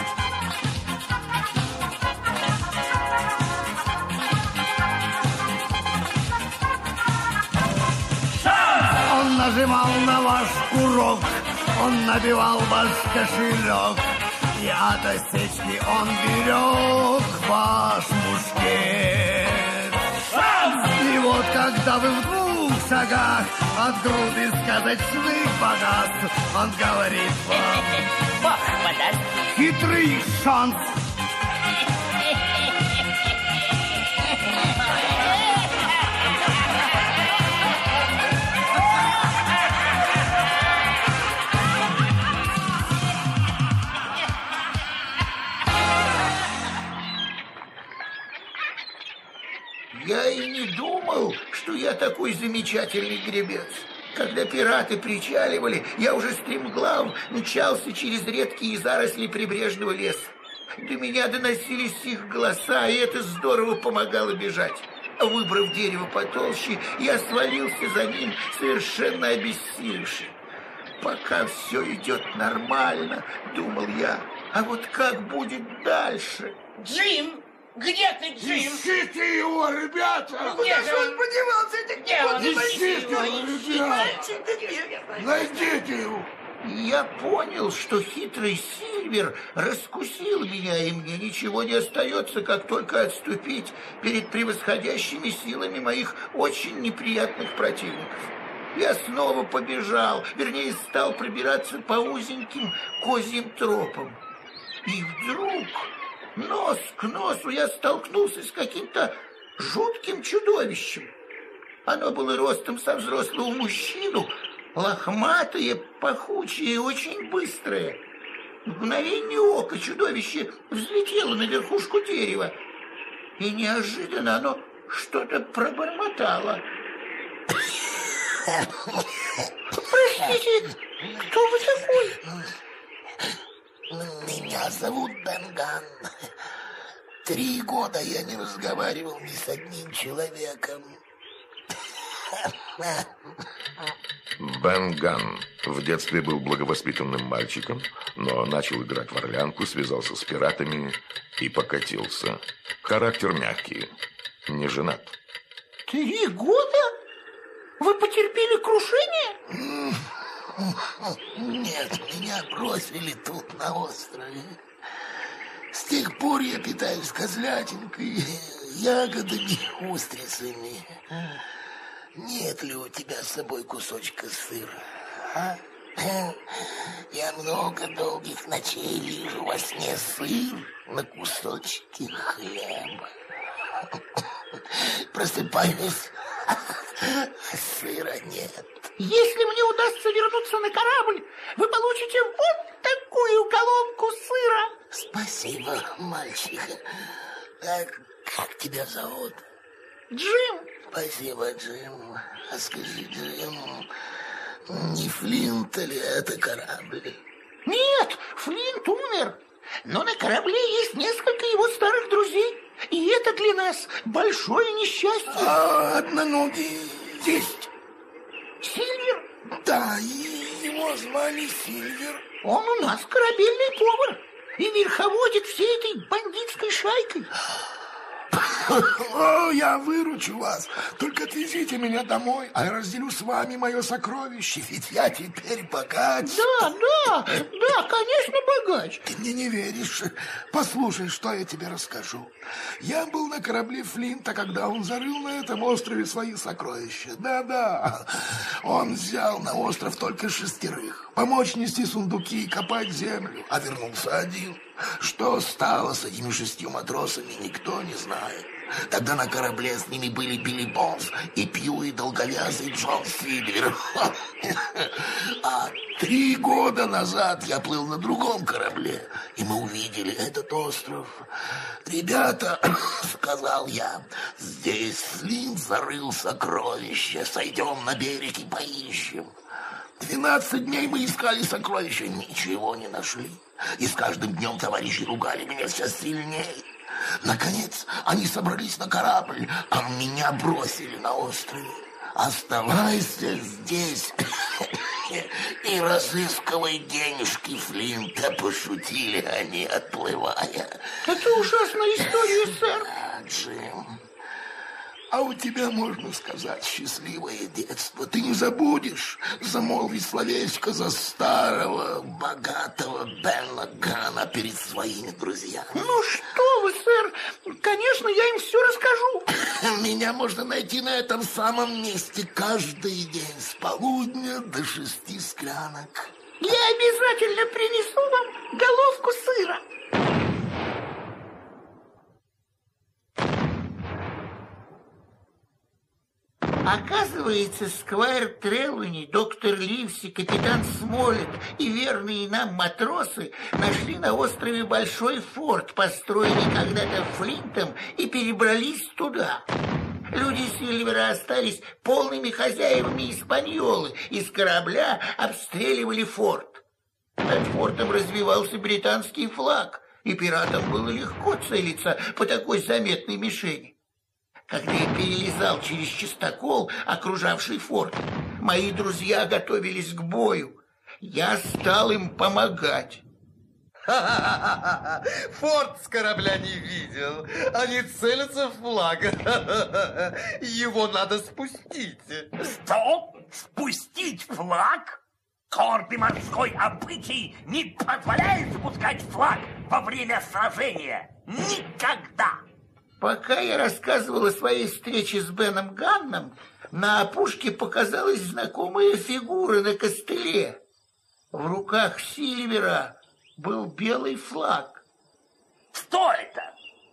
Он нажимал на ваш курок, он набивал ваш кошелек, и от осечки он берег ваш мушкет. И вот когда вы в двух шагах от груды сказочных богатств, он говорит вам: Бог подаст. Хитрый шанс. Я и не думал, что я такой замечательный гребец. Когда пираты причаливали, я уже стремглав мчался через редкие заросли прибрежного леса. До меня доносились их голоса, и это здорово помогало бежать. Выбрав дерево потолще, я свалился за ним, совершенно обессилевший. Пока все идет нормально, думал я, а вот как будет дальше? Джим! Где ты, Джим? Ищите его, ребята! Где же он подевался? Где он? Ищите его, ребята! Найдите его! Я понял, что хитрый Сильвер раскусил меня, и мне ничего не остается, как только отступить перед превосходящими силами моих очень неприятных противников. Я снова побежал, вернее, стал пробираться по узеньким козьим тропам. И вдруг, нос к носу, я столкнулся с каким-то жутким чудовищем. Оно было ростом со взрослого мужчину, лохматое, пахучее и очень быстрое. В мгновение ока чудовище взлетело на верхушку дерева, и неожиданно оно что-то пробормотало. Простите, кто вы такой? Меня зовут Бенган. Три года я не разговаривал ни с одним человеком. Бенган в детстве был благовоспитанным мальчиком, но начал играть в орлянку, связался с пиратами и покатился. Характер мягкий, не женат. Три года? Вы потерпели крушение? Нет, меня бросили тут, на острове. С тех пор я питаюсь козлятинкой, ягодами, устрицами. Нет ли у тебя с собой кусочка сыра, а? Я много долгих ночей вижу во сне сыр на кусочке хлеба. Просыпаюсь, сыра нет. Если мне удастся вернуться на корабль, вы получите вот такую колонку сыра. Спасибо, мальчик. Так, как тебя зовут? Джим. Спасибо, Джим. А скажи, Джим, не Флинт ли это корабль? Нет, Флинт умер. Но на корабле есть несколько его старых друзей. И это для нас большое несчастье. А одноногий есть? Сильвер? Да, и его звали Сильвер. Он у нас корабельный повар и верховодит всей этой бандитской шайкой. О, я выручу вас. Только отвезите меня домой, а я разделю с вами мое сокровище, ведь я теперь богач. Да, да, да, конечно, богач. Ты мне не веришь? Послушай, что я тебе расскажу. Я был на корабле Флинта, когда он зарыл на этом острове свои сокровища. Да-да, он взял на остров только шестерых. Помочь нести сундуки и копать землю, а вернулся один. Что стало с этими шестью матросами, никто не знает. Тогда на корабле с ними были Билли Бонс и Пьюи долговязый Джон Сильвер. А три года назад я плыл на другом корабле, и мы увидели этот остров. Ребята, сказал я, здесь Флинт зарыл сокровища, сойдем на берег и поищем. Двенадцать дней мы искали сокровища, ничего не нашли. И с каждым днем товарищи ругали меня все сильнее. Наконец, они собрались на корабль, а меня бросили на острове. Оставайся здесь и разыскивай денежки Флинта, пошутили они, отплывая. Это ужасная история, сэр. Джим, а у тебя, можно сказать, счастливое детство. Ты не забудешь замолвить словечко за старого, богатого Бенгана перед своими друзьями. Ну что вы, сэр, конечно, я им все расскажу. Меня можно найти на этом самом месте каждый день с полудня до шести склянок. Я обязательно принесу вам головку сыра. Оказывается, сквайр Трелуни, доктор Ливси, капитан Смолет и верные нам матросы нашли на острове большой форт, построенный когда-то Флинтом, и перебрались туда. Люди Сильвера остались полными хозяевами испаньолы, и с корабля обстреливали форт. Над фортом развивался британский флаг, и пиратам было легко целиться по такой заметной мишени. Когда я перелезал через чистокол, окружавший форт, мои друзья готовились к бою. Я стал им помогать. Форт с корабля не видел. Они целятся в флаг. Его надо спустить. Что? Спустить флаг? Гордый морской обычай не позволяет спускать флаг во время сражения. Никогда! Пока я рассказывал о своей встрече с Беном Ганном, на опушке показалась знакомая фигура на костыле. В руках Сильвера был белый флаг. Что это?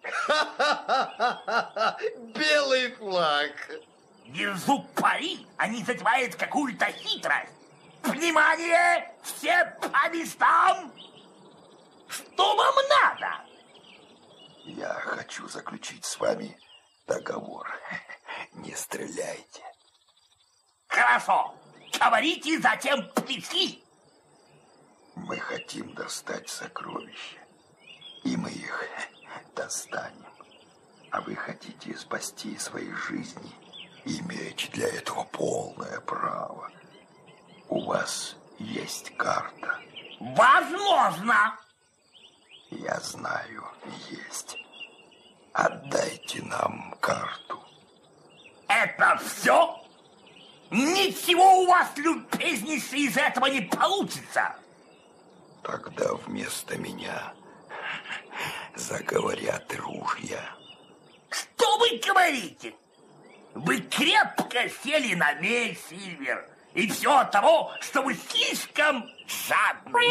Белый флаг. Держу пари, они затевают какую-то хитрость. Внимание! Все по местам! Что вам надо? Я хочу заключить с вами договор. Не стреляйте. Хорошо. Говорите, затем пришли. Мы хотим достать сокровища, и мы их достанем. А вы хотите спасти свои жизни, имеете для этого полное право. У вас есть карта. Возможно. Я знаю, есть. Отдайте нам карту. Это все? Ничего у вас, любезнейший, из этого не получится. Тогда вместо меня заговорят ружья. Что вы говорите? Вы крепко сели на мель, Сильвер. И все от того, что вы слишком жадны.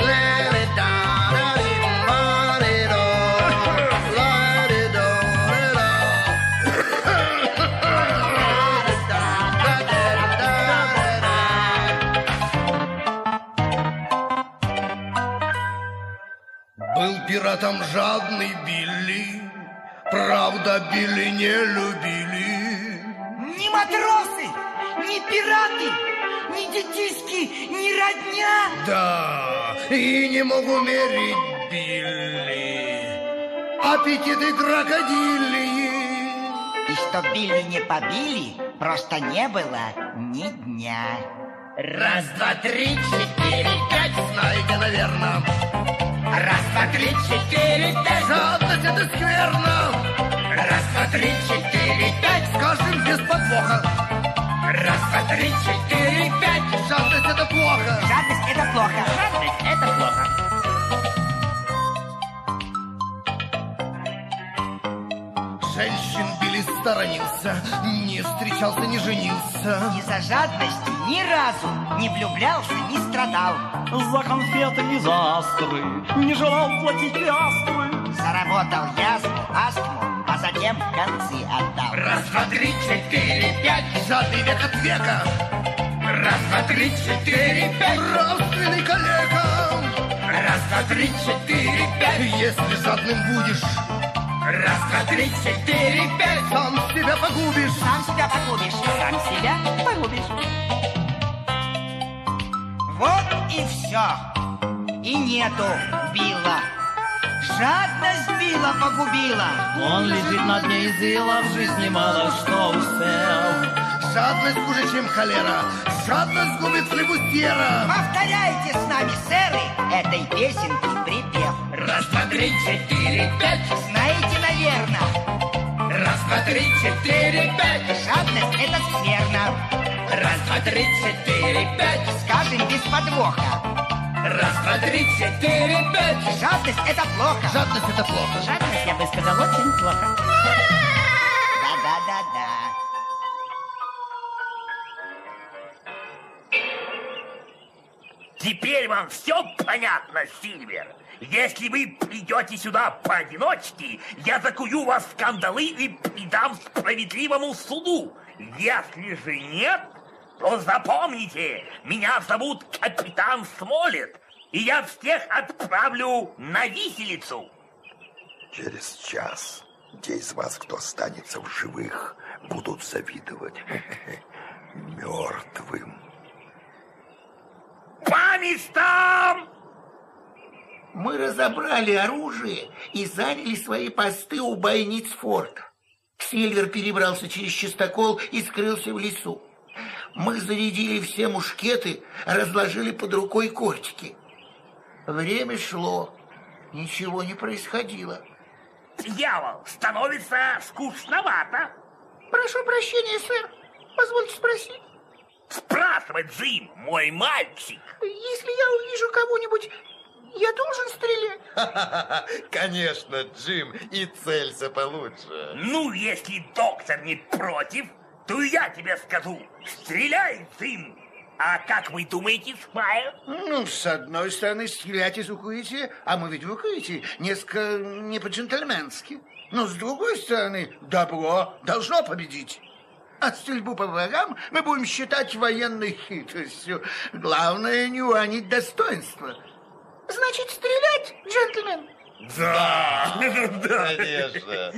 Был пиратом жадный Билли, правда, Билли не любили. Ни матросы, ни пираты, ни детишки, ни родня. Да, и не могу мерить Билли аппетиты крокодилии. И что Билли не побили, просто не было ни дня. Раз, два, три, четыре, пять, знаете, наверное. Раз, два, три, четыре, пять. Жадность это скверно. Раз, два, три, четыре, пять. Скажем без подвоха. Раз, два, три, четыре, пять. Жадность это плохо. Жадность это плохо. Жадность это плохо. Женщин Билли сторонился, не встречался, не женился. Из-за жадности ни разу не влюблялся, не страдал. За конфеты и за астры не желал платить пиастры. Заработал язву, астму, а затем концы отдал. Раз, два, три, четыре, пять. Жадный век от века. Раз, два, три, четыре, пять. Нравственный калека. Раз, два, три, четыре, пять. Если жадным будешь, раз, два, три, четыре, пять. Сам себя погубишь. Сам себя погубишь. Сам себя погубишь. Вот и все. И нету Билла. Жадность Билла погубила. Он лежит на дне изыла, в жизни мало что успел. Жадность хуже, чем холера. Жадность губит флебустьера. Повторяйте с нами, сэры, этой песенки припев. Раз, два, три, четыре, пять. Знаете, наверное. Раз, два, три, четыре, пять. Жадность это скверно. Раз, два, три, четыре, пять. Скажем без подвоха. Раз, два, три, четыре, пять. Жадность это плохо. Жадность это плохо. Жадность, я бы сказал, очень плохо. Да-да-да-да. Теперь вам все понятно, Сильвер? Если вы придете сюда поодиночке, я закую вас в кандалы и придам справедливому суду. Если же нет, то запомните, меня зовут капитан Смолет, и я всех отправлю на виселицу. Через час Те из вас, кто останется в живых, будут завидовать мертвым. По местам! Мы разобрали оружие и заняли свои посты у бойниц форта. Сильвер перебрался через чистокол и скрылся в лесу. Мы зарядили все мушкеты, разложили под рукой кортики. Время шло, ничего не происходило. Дьявол, становится скучновато. Прошу прощения, сэр. Позвольте спросить. Спрашивай, Джим, мой мальчик. Если я увижу кого-нибудь, я должен стрелять? Конечно, Джим, и целься получше. Ну, если доктор не против, то я тебе скажу. Стреляй, Джим. А как вы думаете, Смайл? Ну, с одной стороны, стрелять из укрытия, а мы ведь в укрытии, несколько не по-джентльменски. Но с другой стороны, добро должно победить. А стрельбу по врагам мы будем считать военной хитростью. Главное, не уронить достоинство. Значит, стрелять, джентльмен? Да, да, конечно.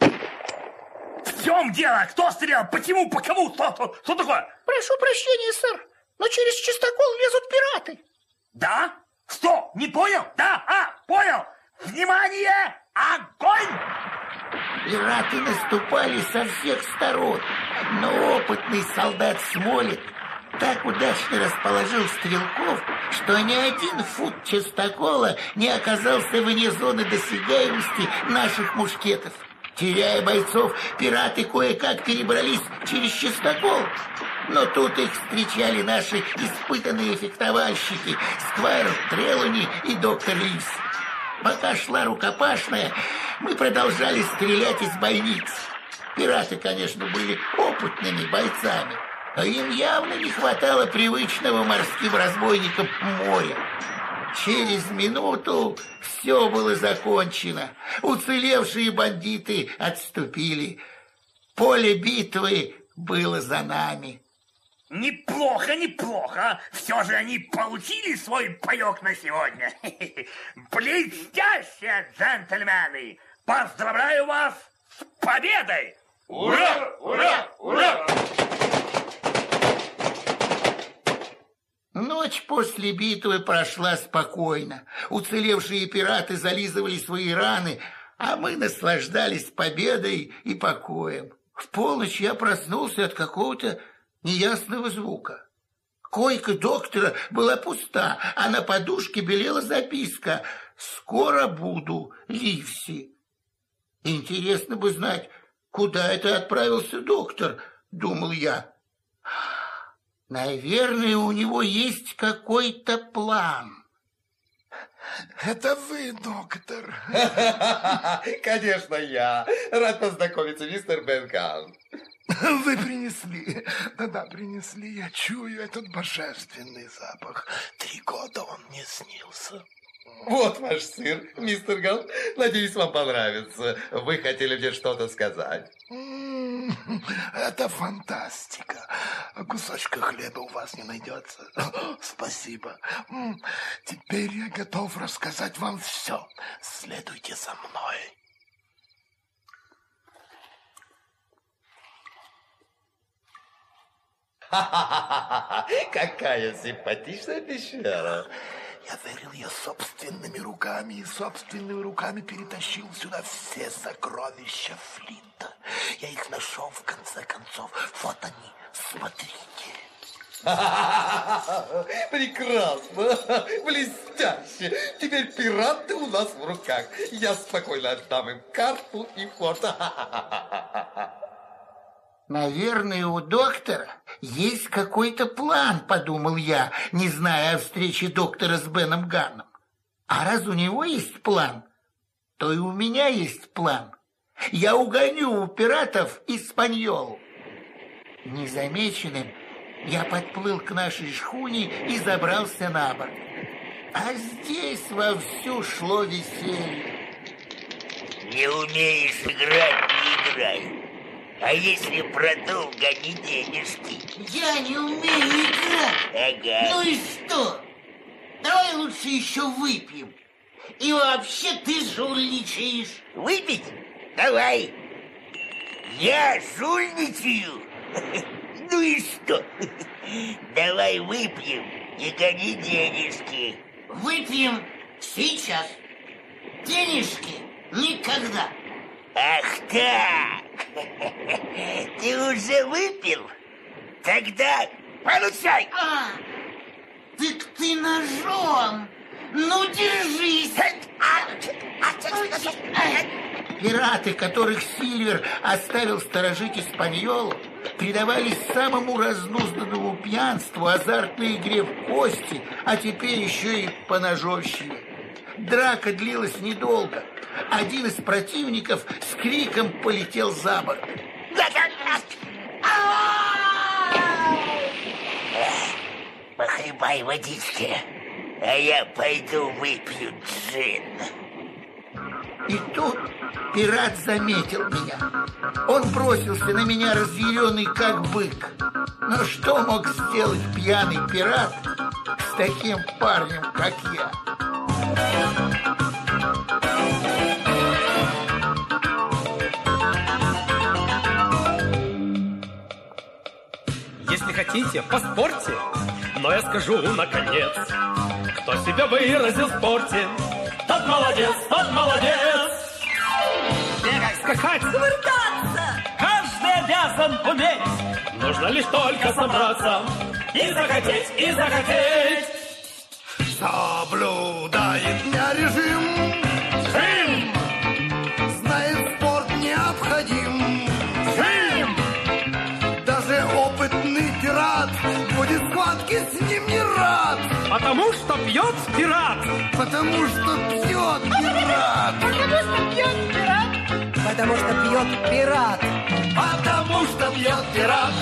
В чем дело? Кто стрелял? Почему? По кому? Что, что, что такое? Прошу прощения, сэр, но через чистокол лезут пираты. Да? Что? Не понял? Да? А, понял. Внимание! Огонь! Пираты наступали со всех сторон, но опытный солдат Смолет так удачно расположил стрелков, что ни один фут частокола не оказался вне зоны досягаемости наших мушкетов. Теряя бойцов, пираты кое-как перебрались через частокол. Но тут их встречали наши испытанные фехтовальщики Сквайр Трелани и доктор Лис. Пока шла рукопашная, мы продолжали стрелять из бойниц. Пираты, конечно, были опытными бойцами, но им явно не хватало привычного морским разбойникам моря. Через минуту все было закончено. Уцелевшие бандиты отступили. Поле битвы было за нами. Неплохо, неплохо. Все же они получили свой паёк на сегодня. Блестяще, джентльмены! Поздравляю вас с победой! Ура! Ура! Ура! Ночь после битвы прошла спокойно. Уцелевшие пираты зализывали свои раны, а мы наслаждались победой и покоем. В полночь я проснулся от какого-то неясного звука. Койка доктора была пуста, а на подушке белела записка «Скоро буду, Ливси». Интересно бы знать, куда это отправился доктор, думал я. Наверное, у него есть какой-то план. Это вы, доктор? Конечно, я. Рад познакомиться, мистер Бенган. Вы принесли. Да-да, принесли. Я чую этот божественный запах. Три года он мне снился. Вот ваш сыр, мистер Гал. Надеюсь, вам понравится. Вы хотели мне что-то сказать. Это фантастика. Кусочка хлеба у вас не найдется. Спасибо. Теперь я готов рассказать вам все. Следуйте за мной. Какая симпатичная пещера. Я вырыл ее собственными руками и собственными руками перетащил сюда все сокровища Флинта. Я их нашел в конце концов. Вот они, смотрите. Прекрасно, блестяще. Теперь пираты у нас в руках. Я спокойно отдам им карту и форт. Наверное, у доктора есть какой-то план, подумал я, не зная о встрече доктора с Беном Ганном. А раз у него есть план, то и у меня есть план. Я угоню у пиратов Испаньолу. Незамеченным я подплыл к нашей шхуне и забрался на борт. А здесь вовсю шло веселье. Не умеешь играть, не играй. А если продолго не денежки? Я не умею играть. Ага. Ну и что? Давай лучше еще выпьем. И вообще ты жульничаешь. Выпить? Давай. Я жульничаю? Ну и что? Давай выпьем и гони денежки. Выпьем сейчас. Денежки никогда. Ах так! Ты уже выпил? Тогда получай! А, так ты ножом! Ну, держись! Пираты, которых Сильвер оставил сторожить Испаньолу, предавались самому разнузданному пьянству, азартной игре в кости, а теперь еще и поножовщине. Драка длилась недолго. Один из противников с криком полетел за борт. Похлебай водички, а я пойду выпью джин. И тут пират заметил меня. Он бросился на меня разъяренный, как бык. Но что мог сделать пьяный пират с таким парнем, как я? Если хотите, поспорьте, но я скажу наконец, кто себя выразил в спорте, тот молодец, тот молодец. Бегать, скакать, кувыркаться, каждый обязан уметь. Нужно лишь только собраться и захотеть, и захотеть. Соблюдает дня режим, Джим! знает спорт необходим. Джим! Даже опытный пират будет схватки с ним не рад. Потому что пьет пират. Потому что пьет пират. Потому что пьет пират. Потому что пьет пират. Потому что пьет пират.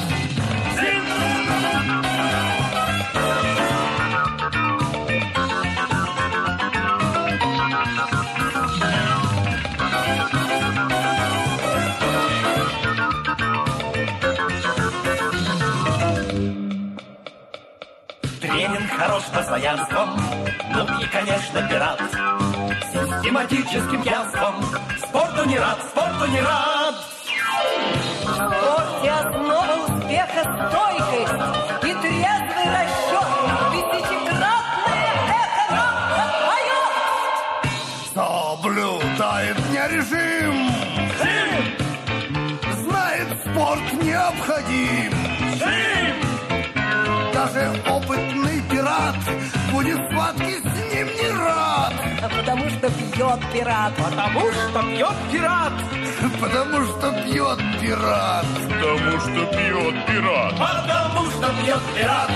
Тренинг хорош постоянством, ну и, конечно, пират. Систематическим пьянством спорту не рад, спорту не рад. В спорте основа успеха стойкость и трезвый расчет. Тысячекратное эхо нам отпоет. Соблюдает дня режим. Джим! Знает спорт необходим. Джим! Даже опытный пират будет схватки с ним не рад. А потому что пьет пират. Потому что пьет пират. Потому что пьет пират. Потому что пьет пират. Потому что пьет пират.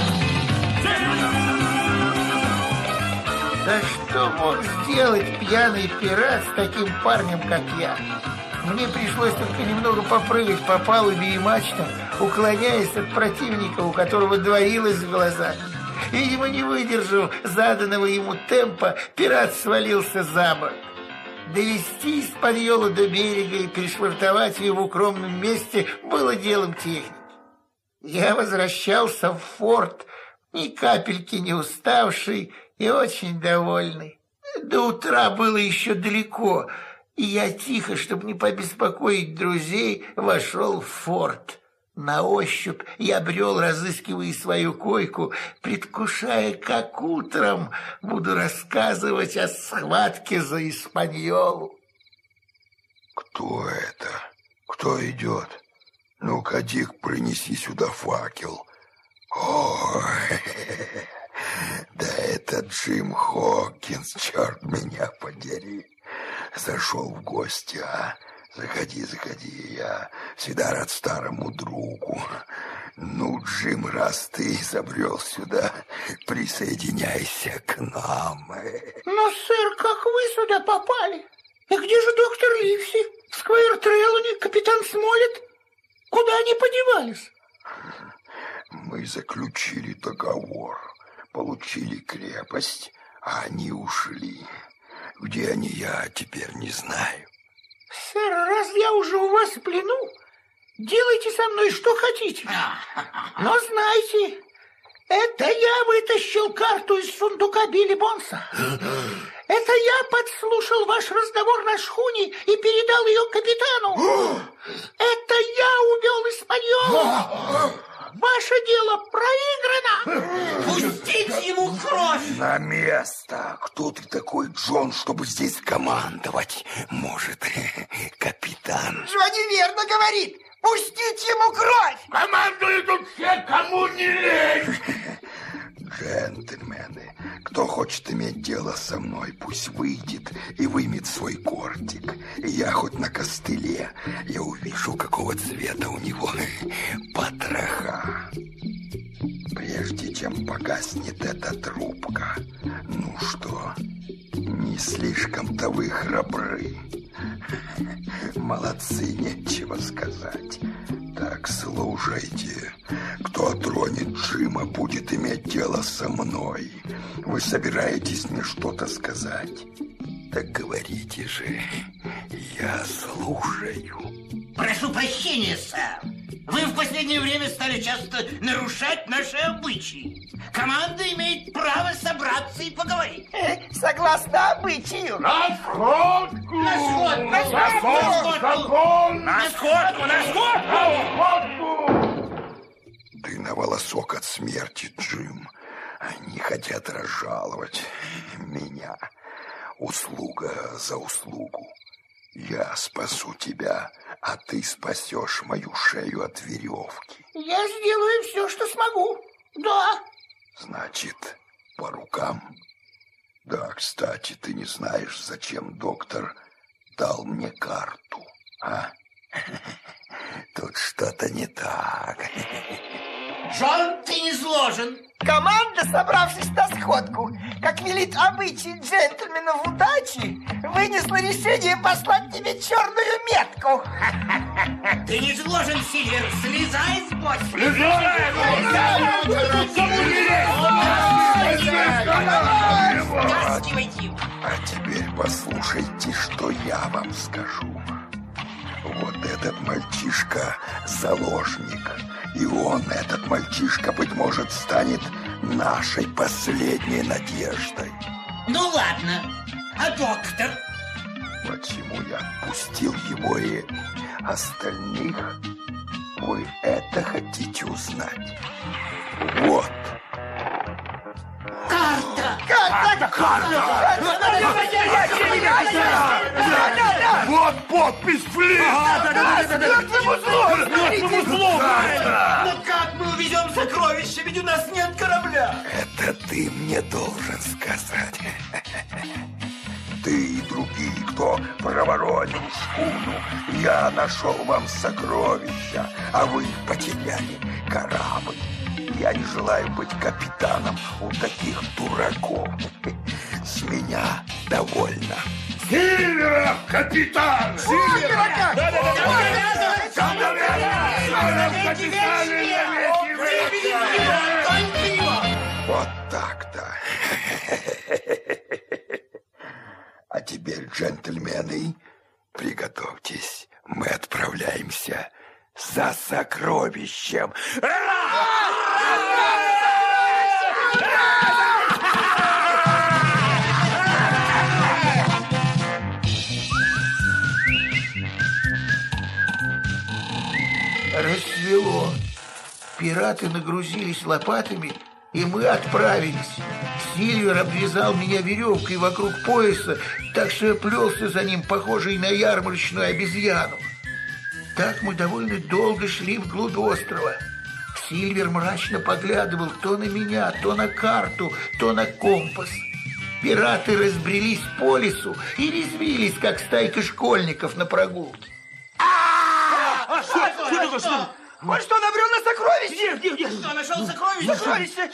Да что мог сделать пьяный пират с таким парнем, как я? Мне пришлось только немного попрыгать по палубе и мачтам, уклоняясь от противника, у которого двоилось в глазах. Видимо, не выдержав заданного ему темпа, пират свалился за борт. Довести Испаньолу до берега и пришвартовать ее в укромном месте было делом техники. Я возвращался в форт, ни капельки не уставший и очень довольный. До утра было еще далеко, и я тихо, чтобы не побеспокоить друзей, вошел в форт. На ощупь я брел, разыскивая свою койку, предвкушая, как утром буду рассказывать о схватке за Испаньолу. Кто это? Кто идет? Ну-ка, Дик, принеси сюда факел. Ой, да это Джим Хокинс, черт меня подери. Зашел в гости, а? Заходи, заходи, я всегда рад старому другу. Ну, Джим, раз ты забрел сюда, присоединяйся к нам. Но, сэр, как вы сюда попали? И где же доктор Ливси, Сквайр Трелани, капитан Смолет? Куда они подевались? Мы заключили договор, получили крепость, а они ушли. Где они, я теперь не знаю. Сэр, раз я уже у вас в плену, делайте со мной что хотите. Но знайте, это я вытащил карту из сундука Билли Бонса. Это я подслушал ваш разговор на шхуне и передал ее капитану. Это я увел из подъема. Ваше дело проиграно. Пустить ему кровь. На место. Кто ты такой, Джон, чтобы здесь командовать? Может, капитан? Джонни верно говорит. Пустить ему кровь. Командуют тут все, кому не лень. Джентльмены, кто хочет иметь дело со мной, пусть выйдет и вымет свой кортик. И я хоть на костыле, я увижу, какого цвета у него потроха. Прежде чем погаснет эта трубка. Ну что, не слишком-то вы храбры. Молодцы, нечего сказать. Так, слушайте. Кто тронет Джима, будет иметь дело со мной. Вы собираетесь мне что-то сказать? Так говорите же. Я слушаю. Прошу прощения, сэр. Вы в последнее время стали часто нарушать наши обычаи. Команда имеет право собраться и поговорить. Согласно обычаю. На сходку! На сходку! На сходку! На сходку! На сходку! Ты на волосок от смерти, Джим. Они хотят разжаловать меня. Услуга за услугу. Я спасу тебя, а ты спасешь мою шею от веревки. Я сделаю все, что смогу. Да. Значит, по рукам? Да, кстати, ты не знаешь, зачем доктор дал мне карту, а? Тут что-то не так. Джон, ты не сложен. Команда, собравшись на сходку, как велит обычай джентльменов удачи, вынесла решение послать тебе черную метку. Ты не сложен, Сильвер. Слезай с бочки. Стаскивайте. А теперь послушайте, что я вам скажу. Вот этот мальчишка заложник. И он, этот мальчишка, быть может, станет нашей последней надеждой. Ну ладно, а доктор? Почему я отпустил его и остальных? Вы это хотите узнать? Вот. Карта! Карта! Карта! Вот подпись Флинт! С мертвым узлом! Мертвым узлом! Но как мы увезем сокровища? Ведь у нас нет корабля! Это ты мне должен сказать. Ты и другие, кто проворонил шхуну. Я нашел вам сокровища, а вы потеряли корабль. Я не желаю быть капитаном у таких дураков. С меня довольно. Сильвера, капитан! Сильвера! Вот так-то. А теперь, джентльмены, приготовьтесь. Мы отправляемся за сокровищем. Рассвело. Пираты нагрузились лопатами, и мы отправились. Сильвер обвязал меня веревкой вокруг пояса, так что я плелся за ним, похожий на ярмарочную обезьяну. Так мы довольно долго шли вглубь острова. Сильвер мрачно поглядывал то на меня, то на карту, то на компас. Пираты разбрелись по лесу и резвились, как стайка школьников на прогулке. Что это? Что? Он что, набрел на сокровище? Где, где, где? Что, нашел сокровище? Сокровище?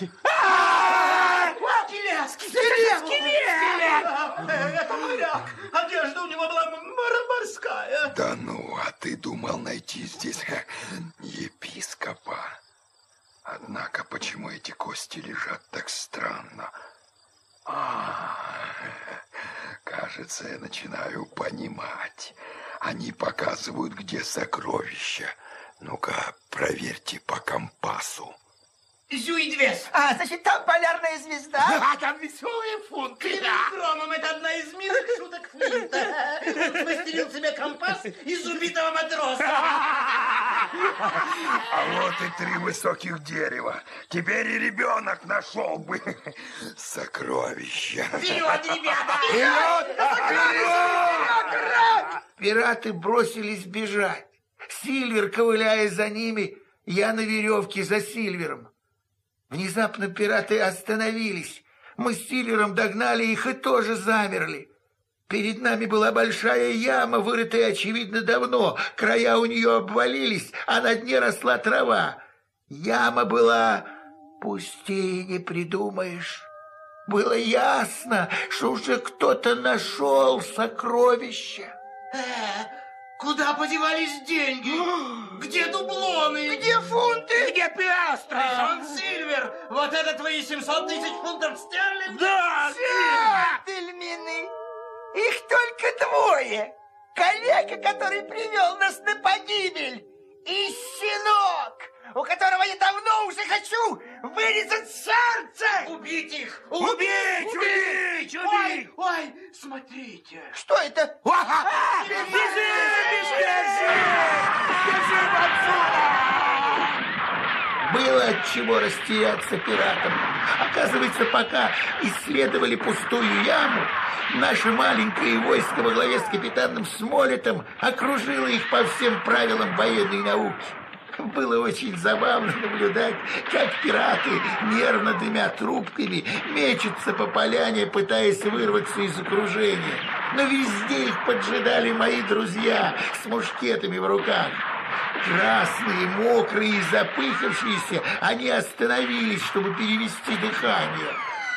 Скелет! Скелет! Скелет! Это моряк. Одежда у него была морская. Да ну, а ты думал найти здесь епископа? Однако, почему эти кости лежат так странно? А, кажется, я начинаю понимать. Они показывают, где сокровища. Ну-ка, проверьте по компасу. Зюидвес. А, значит, там полярная звезда. А там веселые фунты. Клянусь громом, это одна из милых шуток Флинта. Он смастерил себе компас из убитого матроса. А вот и три высоких дерева. Теперь и ребенок нашел бы сокровища. Вперед, ребята! Вперед! Пираты бросились бежать. Сильвер, ковыляя за ними, я на веревке за Сильвером. Внезапно пираты остановились. Мы с Сильвером догнали их и тоже замерли. Перед нами была большая яма, вырытая, очевидно, давно. Края у нее обвалились, а на дне росла трава. Яма была пустее не придумаешь. Было ясно, что уже кто-то нашел сокровища. Э, куда подевались деньги? Где дублоны? Где фунты? Где пиастры? Джон Сильвер, вот это твои семьсот тысяч фунтов стерлингов? Да! Джентльмены, их только двое. Коллега, который привел нас на погибель, и щенок, у которого я давно уже хочу вырезать сердце. Убить их! Убить! Убить! Убить! Ой, ой, смотрите. Что это? Бежим! Бежим! Бежим отсюда! Было от чего растеряться пиратам. Оказывается, пока исследовали пустую яму, наше маленькое войско во главе с капитаном Смолетом окружило их по всем правилам военной науки. Было очень забавно наблюдать, как пираты, нервно дымя трубками, мечутся по поляне, пытаясь вырваться из окружения. Но везде их поджидали мои друзья с мушкетами в руках. Красные, мокрые и запыхавшиеся, они остановились, чтобы перевести дыхание.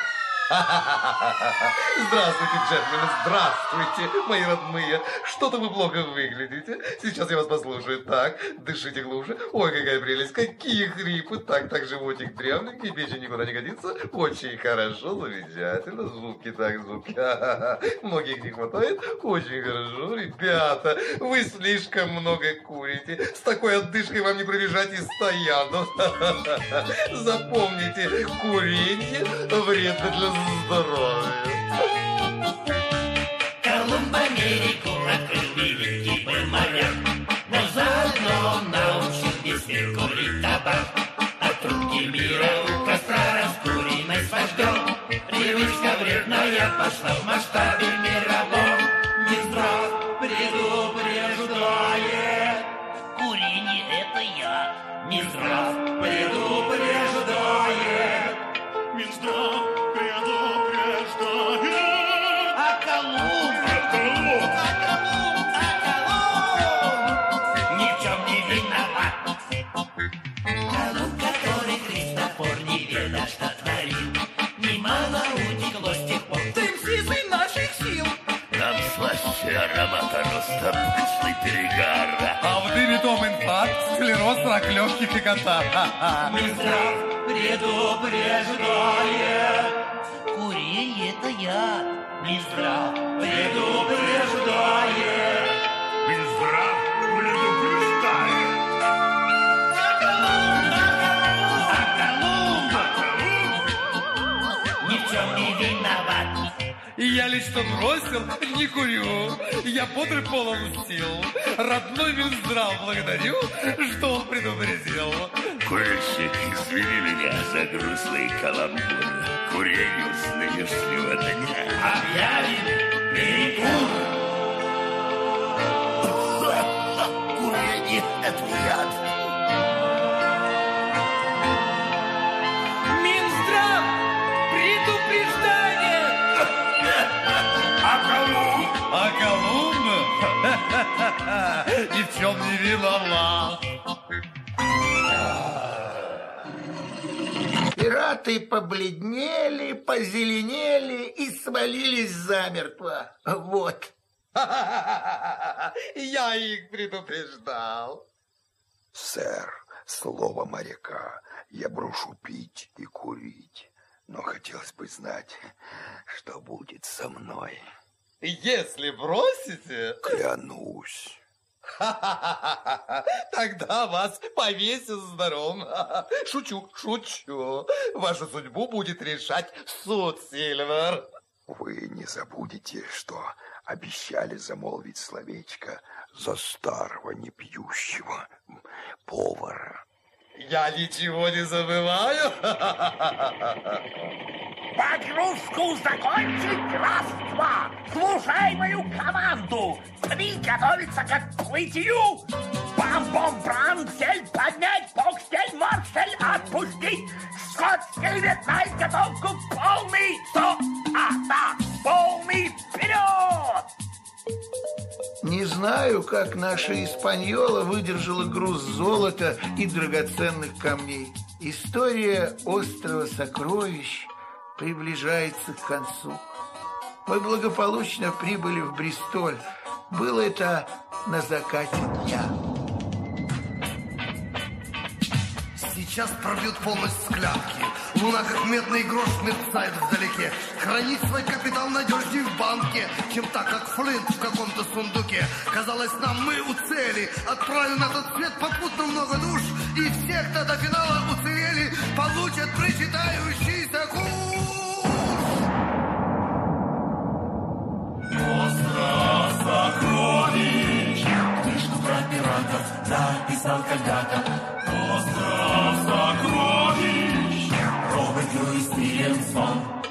Здравствуйте, джентльмены, здравствуйте, мои родные. Что-то вы плохо выглядите. Сейчас я вас послушаю. Так, дышите глубже. Ой, какая прелесть, какие хрипы. Так, так, животик дрявненький, печень никуда не годится. Очень хорошо, замечательно. Звуки, так, звуки. Многих не хватает. Очень хорошо. Ребята, вы слишком много курите. С такой отдышкой вам не пробежать из стоянов. Запомните, курение вредно для здоровья. Колумб Америку открыл, великий был моряк, но заодно научил весь мир курить табак. От трубки мира у костра раскуримой с вождем привычка вредная пошла в масштабе мировом. Минздрав предупреждает, курение это я. Минздрав предупреждает, Минздрав предупреждает. А Колумб, а Колумб, а Колумб, а Колумб ни в чем не виноват. Колумб, который Христофор не ведал, что творил, немало утекло с тех пор. Дым сизый наших сил. Нам слаще аромата роста пышный перегар. А в дыме том инфаркт, склероз, рак легких и катар. Минздрав предупреждает, курение это я. Минздрав предупреждает, Минздрав предупреждает. А Колумб, а Колумб, а Колумб ни в чем не виноват. И я лично бросил, не курю. Я бодрый, полон сил. Родной Минздрав благодарю, что он предупредил. Курильщик, извини меня за грустные каламбуры. Курению с нынешнего дня объявим перекур. Курение — это яд. Минздрав предупреждает. А Колумб? А Колумб ни в чем не виноват. Пираты побледнели, позеленели и свалились замертво. Вот. Я их предупреждал. Сэр, слово моряка, я брошу пить и курить. Но хотелось бы знать, что будет со мной. Если бросите... Клянусь. Тогда вас повесят здоровым. Шучу, шучу. Вашу судьбу будет решать суд, Сильвер. Вы не забудете, что обещали замолвить словечко за старого непьющего повара. Я ничего не забываю. Погрузку закончить, раз-два. Слушай мою команду. Приготовиться к отплытию. Бам-бом-брам-сель поднять, бокстель, морсель отпустить. Скотстель, ветнай, готовку полный. Сто, а, да, полный вперед. Не знаю, как наша Испаньола выдержала груз золота и драгоценных камней. История острова Сокровищ приближается к концу. Мы благополучно прибыли в Бристоль. Было это на закате дня. Сейчас пробьют полночь склянки. Луна, как медный грош, мерцает вдалеке. Хранить свой капитал надежнее в банке, чем так, как Флинт в каком-то сундуке. Казалось нам, мы у цели. Отправим на тот свет попутно много душ. И все, кто до финала уцелели, получат причитающийся куш. Остров сокровищ, книжку про пиратов записал когда-то. Остров сокровищ, Роберт Льюис Стивенсон.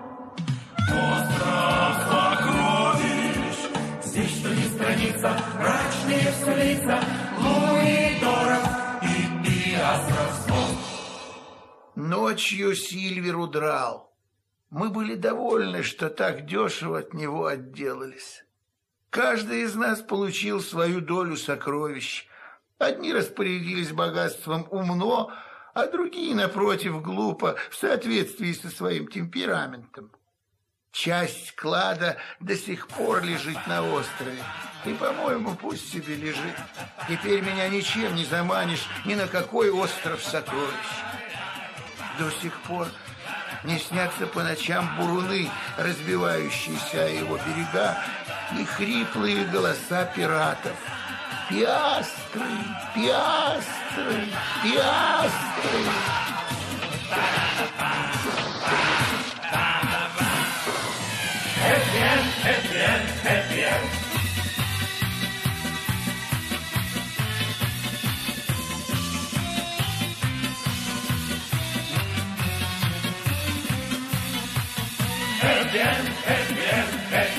Остров сокровищ, здесь что ни страница, мрачные все лица, Луидоров и Пиастров сон. Ночью Сильвер удрал. Мы были довольны, что так дешево от него отделались. Каждый из нас получил свою долю сокровищ. Одни распорядились богатством умно, а другие, напротив, глупо, в соответствии со своим темпераментом. Часть клада до сих пор лежит на острове, и, по-моему, пусть себе лежит. Теперь меня ничем не заманишь ни на какой остров сокровищ. До сих пор мне снятся по ночам буруны, разбивающиеся о его берега, и хриплые голоса пиратов. Пиастры, пиастры, пиастры. Хэппи-энд, хэппи-энд, хэппи-энд. Хэппи-энд, хэппи-энд, хэппи-энд.